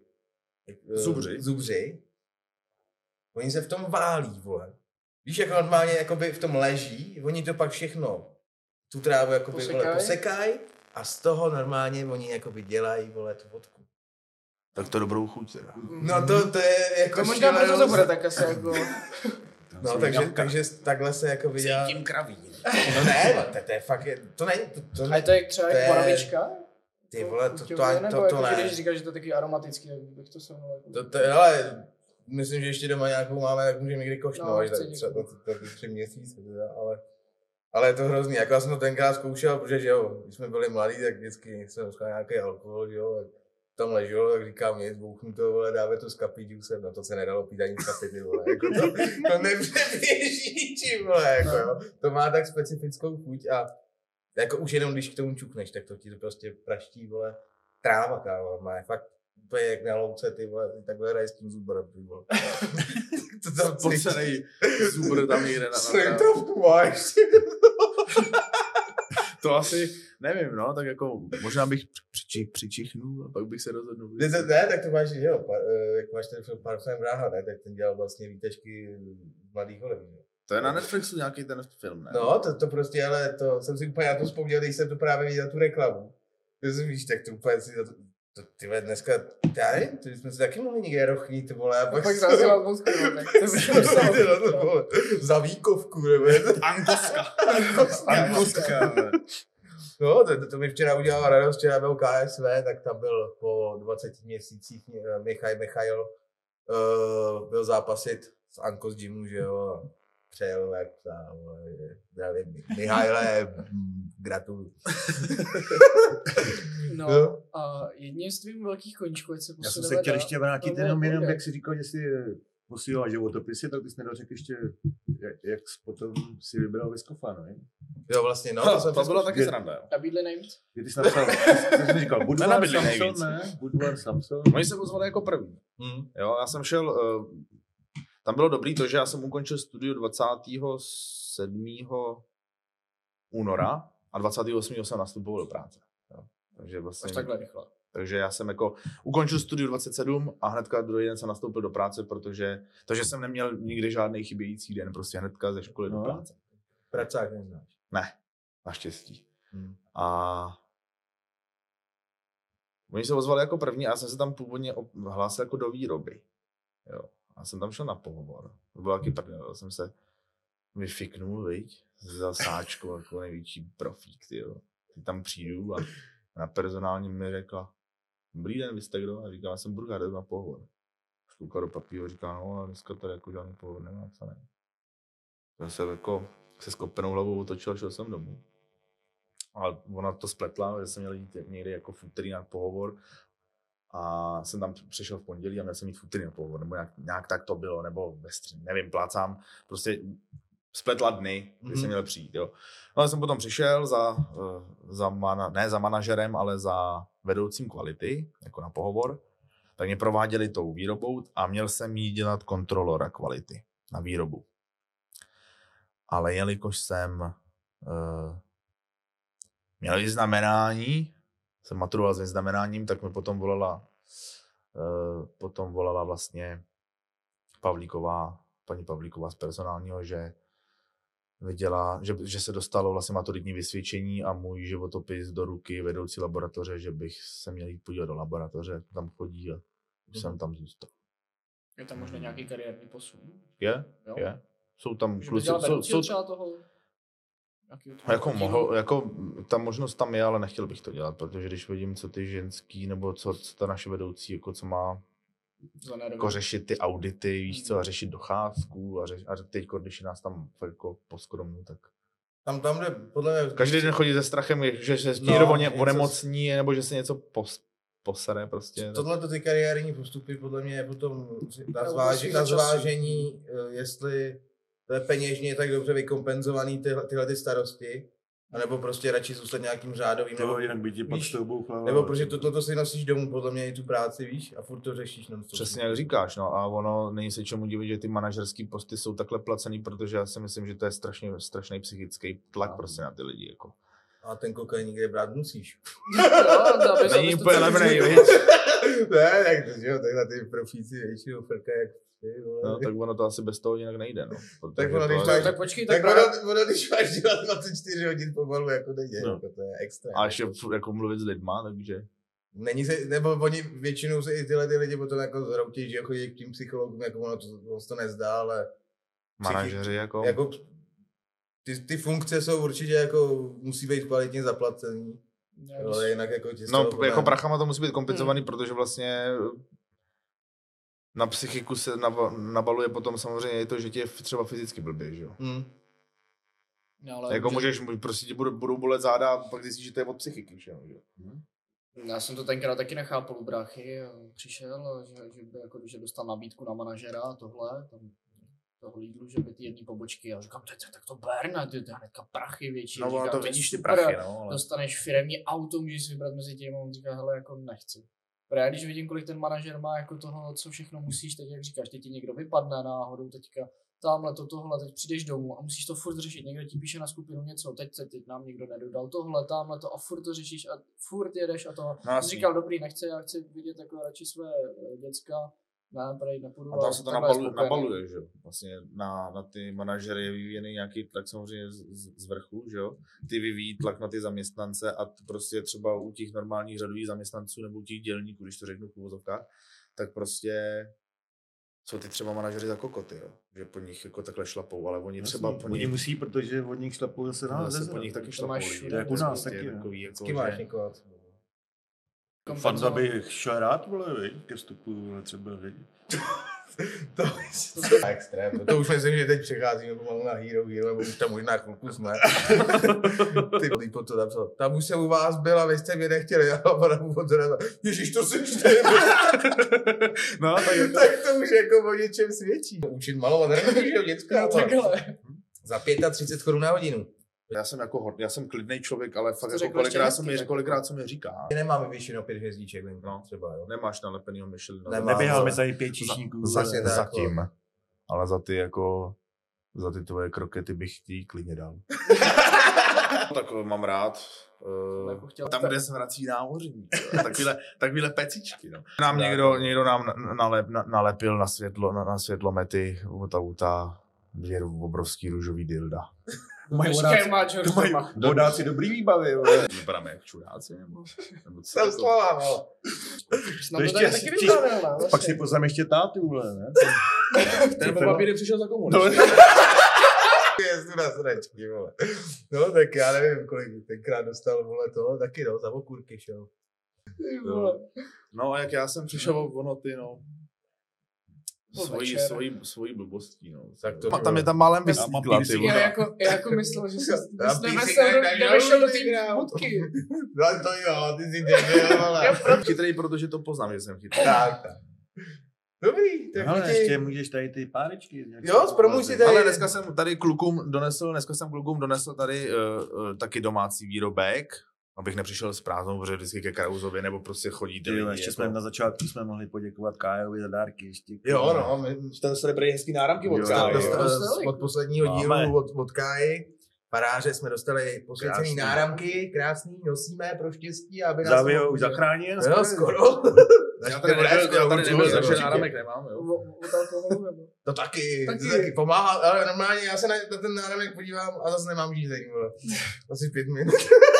zubři. Oni se v tom válí, vole. Víš, jak normálně jakoby v tom leží, oni to pak všechno, tu trávu jakoby posekají a z toho normálně oni jakoby dělají, vole, tu vodku. Tak to dobrou chuť teda. No to je jako... To možná proto to bude tak asi jako... No takže takhle se jakoby dělá... Cítím kraví. No ne, to je fakt, to není... A to je třeba jak boravička? Ty vole, to ne. Když říkáš, že to je taky aromatický, tak bych to jsem... Ale myslím, že ještě doma nějakou máme, tak můžeme někdy koštnout, třeba to 3 měsíce, ale je to hrozný, jako já jsem to tenkrát zkoušel, protože že jo, když jsme byli mladí, tak vždycky jsem musel nějaký alkohol, že jo, tam leželo, tak říkám nic, bouchnu to, vole, dáme to s kapí juicem, no to se nedalo pít ani z kapy, ty vole, jako to nepřeběží, či vole, jako jo. To má tak specifickou chuť a jako už jenom když k tomu čukneš, tak to ti to prostě praští, vole, tráva, kámo, má fakt úplně jak na louce, ty vole, takhle hraje s tím zuborem, ty vole. To tam Spocenej zubr tam někde na Srejtovku máš. To asi, nevím, no, tak jako možná bych přičichnul a pak bych se rozhodnul. Ne, tak to máš, že jo, jak máš ten film Parfém Bráha, ne, tak ten dělal vlastně výtečky Mladých holek, jo. To je na Netflixu nějaký ten film, ne? No, to prostě, ale to jsem si úplně na to vzpomněl, když jsem to právě viděl tu reklamu. Víš, tak to úplně si to ty vole, dneska, já nevím, to jsme si taky mohli někde rochnit, vole, a pak zrazila mozku, tak to vole, za výkovku, nebo Angoska. No, to mi včera udělalo radost, včera byl KSV, tak tam byl po 20 měsících Michail byl zápasit s Ankos Gymu, že jo, přejel jak psa, zdravím, Michaile, gratuluju. No, a jedním z tvým velkých koníčků, ať se Já jsem posuneme se chtěl ještě vrátit jenom pojde. jak jsi říkal, že jsi posílal životopisy, tak ty jsi nedořekl ještě, jak potom si vybral Vyskofa, no? Jo, vlastně, no, To bylo taky sranda, jo. Nabídli nejvíc? Kdy jsi napsal, co jsi říkal, Budvar, Nenabídli Samson, nejvíc. ne? Budvar, Samson. Oni se pozvali jako první. Jo, já jsem šel, tam bylo dobrý to, že já jsem ukončil studiu 27. února a 28. jsem nastupoval do práce. Jo. Takže vlastně, Až takhle rychle. takže já jsem jako ukončil studiu 27 a hnedka druhý den jsem nastoupil do práce, protože jsem neměl nikdy žádný chybějící den, prostě hnedka ze školy do práce. Pracák neznáš. Ne, naštěstí. A oni se ozvali jako první a já jsem se tam původně hlásil jako do výroby. Jo. A jsem tam šel na pohovor. To bylo taky prdel, jsem se vyfiknul, viď, za sáčku, jako největší profík, tyjo. Teď tam přijdu a na personálním mi řekla, dobrý den, vy jste kdo? A říkala, já jsem Burgar, jdu na pohovor. Zkoukal do papíru a říká, no a dneska tady jako žádný pohovor nemá, co ne. Já jsem jako se skopenou hlavou otočil, šel jsem domů. A ona to spletla, že jsem měl jít někdy jako v úterý na pohovor a jsem tam přišel v pondělí a měl jsem jít v úterý na pohovor, nebo nějak tak to bylo, nebo ve středu, nevím, plácám, prostě spletla dny, kdy jsem měl přijít, jo. No ale jsem potom přišel ne za manažerem, ale za vedoucím kvality, jako na pohovor, tak mě prováděli tou výrobou a měl jsem jí dělat kontrolora kvality na výrobu. Ale jelikož jsem měl vyznamenání, jsem maturoval s vyznamenáním, tak mi potom volala vlastně paní Pavlíková z personálního, že viděla, že se dostalo vlastně maturitní vysvědčení a můj životopis do ruky vedoucí laboratoře, že bych se měl jít podívat do laboratoře, tam chodí a už jsem tam zůstal. Je tam možná nějaký kariérní posun? Je. Jsou tam kluci, jsou třeba toho? Jako ta možnost tam je, ale nechtěl bych to dělat, protože když vidím, co ty ženský, nebo co ta naše vedoucí, jako co má jako řešit ty audity, víš co, a řešit docházku a teď, když nás tam jako poskromnu, tak... Tam jde, podle mě... Každý den chodí se strachem, že se onemocní, nebo že se něco posere prostě. Tohle ty kariérní postupy podle mě je potom na zvážení, jestli to je peněžně tak dobře vykompenzovaný tyhle ty starosti, anebo prostě radši zůstat nějakým řádovým. Nebo jinak by ti pak s tou nebo protože toto si nosíš domů, podle mě i tu práci, víš, a furt to řešíš. Přesně jak říkáš, no a ono není se čemu divit, že ty manažerský posty jsou takhle placený, protože já si myslím, že to je strašný psychický tlak prostě na ty lidi, jako. A ten kokain někde brát musíš. Není úplně levnej, víš? Ne, tak to, že jo, takhle ty profíci většinou frkají jak ty, vole. No, tak ono to asi bez toho jinak nejde, no. Tak ono, když máš dělat 24 hodin pomalu, jako nejde, no. Jako to je extra. A ještě jako mluvit s lidma, takže... Nebo oni většinou se i tyhle ty lidi potom jako zhroutějí, že chodí k tím psychologům, jako ono to nezdá, ale... Manažeři jako ty funkce jsou určitě jako, musí být kvalitně zaplacený. Ale jinak jako jako prachama to musí být kompenzovaný, protože vlastně na psychiku se nabaluje potom samozřejmě i to, že ti je třeba fyzicky blbě, že jo. No, ale jako můžeš, prostě ti budou bolet záda a pak zjistíš, že to je od psychiky, že jo. Já jsem to tenkrát taky nechápal u bráchy, přišel, že dostal nabídku na manažera a tohle, tam toho Lidlu, že by ty jedné pobočky, a říkám, tak to ber, ne, ty hnedka prachy větší. No, říkám, to vidíš ty prachy, no. Ale... Dostaneš firemní auto, můžeš si vybrat mezi tím, a on říká, hele, jako nechci. Protože já když vidím, kolik ten manažer má jako toho, co všechno musíš, tak jak říkáš, teď ti někdo vypadne náhodou, teďka tamhle tohle, teď přijdeš domů a musíš to furt řešit, někdo ti píše na skupinu něco, teď nám někdo nedodal tohle, tamhle to a furt to řešíš a furt jedeš a to. No, říkal, dobrý, nechci, já chci vidět jako radši své děcka, ne, prej nepůjdu. A tam se to nabaluje, že jo, vlastně na ty manažery je vyvíjený nějaký tlak samozřejmě z vrchu, že jo, ty vyvíjí tlak na ty zaměstnance a prostě třeba u těch normálních řadových zaměstnanců nebo u těch dělníků, když to řeknu v uvozovkách, tak prostě jsou ty třeba manažeři za kokoty, jo? Že po nich jako takhle šlapou, ale oni třeba po nich... Oni musí, protože od nich šlapou zase na zase po nich taky šlapou lidi. To je jako nás taky, takový, jako, že... máš někoho. Fanda bych šel rád, vole, ke vstupu třeba lidi. To je extrém. To už myslím, že teď přecházíme pomalu na Hero, nebo už tam možná chvilku jsme. Ty lípo to napsal. Tam už jsem u vás byl a vy jste mě nechtěli. A pana úvod ježiš, to jsi ty. No, tak to už jako o něčem svědčí. Učit malovat nemusíš, že děcka. Za 35 korun na hodinu. Já jsem klidnej člověk, ale fakt jako kolikrát se mi říká. Nemáme vyššinu 5 hvězdíček, no, třeba, jo. Nemáš nalepenýho Michelina. Neběhal mi tady 5 číšníků. Zatím. Ale za ty tvoje krokety bych ti klidně dal. Tak mám rád. Tam, kde se vrací námořní. Takovýhle pecičky. No. Nám někdo nám nalepil na světlomety ta 2 obrovský růžový dilda. Vodáci dobrý výbavy. Vypadáme jak čuráci, nebo co? Jsem slova, no. To ještě pak si poznám ještě tátu, vole, ne? Ten papíry přišel za komu. Jezdu na sračky, vole. No, tak já nevím, kolik tenkrát dostal, vole, toho, taky no, za okurky šel. No a jak já jsem přišel o noty, no. Svojí blbostí, no. Tak to tam je tam málem vysvíkla, ty vole. Já jako myslel, že jsi nevešel do té budky. No to jo, ty jsi debil, ale. Chytrý, protože to poznám, že jsem chytrý. Tak. Dobrý, tak ale ještě můžeš tady ty párečky. Jo, zpromuj si tady. Ale dneska jsem tady klukům donesl tady taky domácí výrobek. Abych nepřišel s prázdnou, protože vždycky ke Krausovi, nebo prostě chodíte lidi. Ještě jsme na začátku mohli poděkovat Kájovi za dárky. Ještě. Jo, no, my jste dostali prý hezký náramky od Káji. Od posledního dílu od Káji. Faráře jsme dostali posvěcený náramky, krásný, nosíme pro štěstí, aby nás... Zavio už zachránil? Jo, skoro. Já tady nebyl, takže náramek nemám, jo. To taky pomáhá, ale normálně já se na ten náramek podívám a zase nemám žízeň, vole. Asi 5 minut.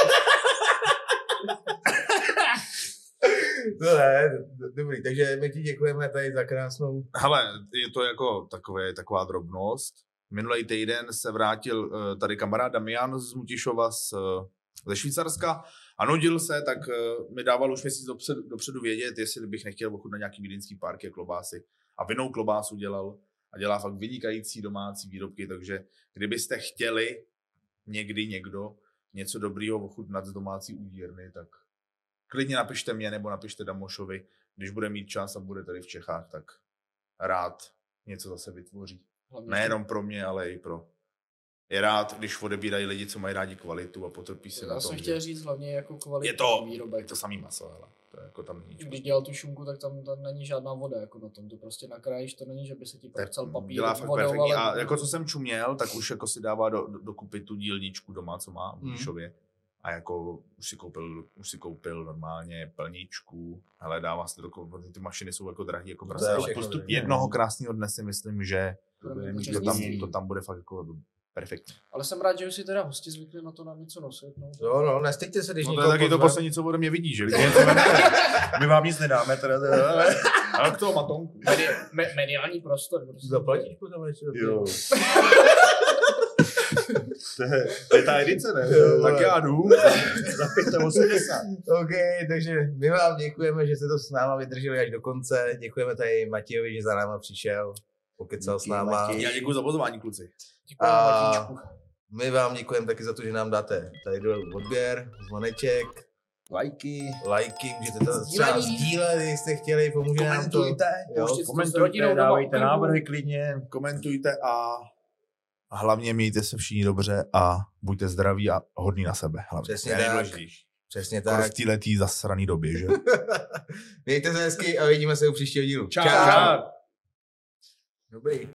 No ne, dobrý, takže my ti děkujeme tady za krásnou... Hele, je to jako taková drobnost. Minulý týden se vrátil tady kamarád Damian z Mutišova ze Švýcarska a nudil se, tak mi dával už měsíc dopředu vědět, jestli bych nechtěl ochutnat nějaký vídeňský párky a klobásy. A vinnou klobásu dělal a dělá fakt vynikající domácí výrobky, takže kdybyste chtěli někdo něco dobrýho ochutnat z domácí údírny, tak klidně napište mě nebo napište Damošovi, když bude mít čas a bude tady v Čechách, tak rád něco zase vytvoří. Nejenom pro mě, ale i pro... Je rád, když odebírají lidi, co mají rádi kvalitu a potrpí se na tom. Já jsem chtěl říct hlavně jako kvalitu výrobek. Je to samý maso, hele. To jako tam není. Když dělal tu šunku, tak tam není žádná voda jako na tom. To prostě nakrájíš, to není, že by se ti propsal papír. Dělá fakt perfektní. A jako co jsem čuměl, tak už jako si dává dokupit tu dílničku doma, co má v Mnišově. A jako už si koupil normálně plničku, hele, dává se ty mašiny jsou jako drahý, jako prase, ale jednoho krásného dne si myslím, že to tam bude fakt jako perfektní. Ale jsem rád, že už si teda hosti zvykli na to nám něco nosit. No. Jo, no, nestejte se, když to je taky to poslední, co ode mě vidí, že? My vám nic nedáme, teda. Ale k toho matonku. Mediální prostor. Prostě. Zaplatíš potom ještě? Jo. To je ta edice, ne? Jo, tak já jdu za 85. OK, takže my vám děkujeme, že jste to s náma vydrželi až do konce. Děkujeme tady Matějovi, že za náma přišel, pokecal s náma. Já děkuji za pozvání, kluci. Děkujeme, Matíčku. My vám děkujeme taky za to, že nám dáte tady odběr, zvoneček. lajky, můžete to třeba sdílet, jestli chtěli, pomůže nám to. Komentujte, dávejte návrhy klidně. Komentujte a hlavně mějte se všichni dobře a buďte zdraví a hodní na sebe. Hlavně. Přesně tak. Přesně tak. V této zasraný době, že? Mějte se hezky a vidíme se u příštího dílu. Čau. Dobrý.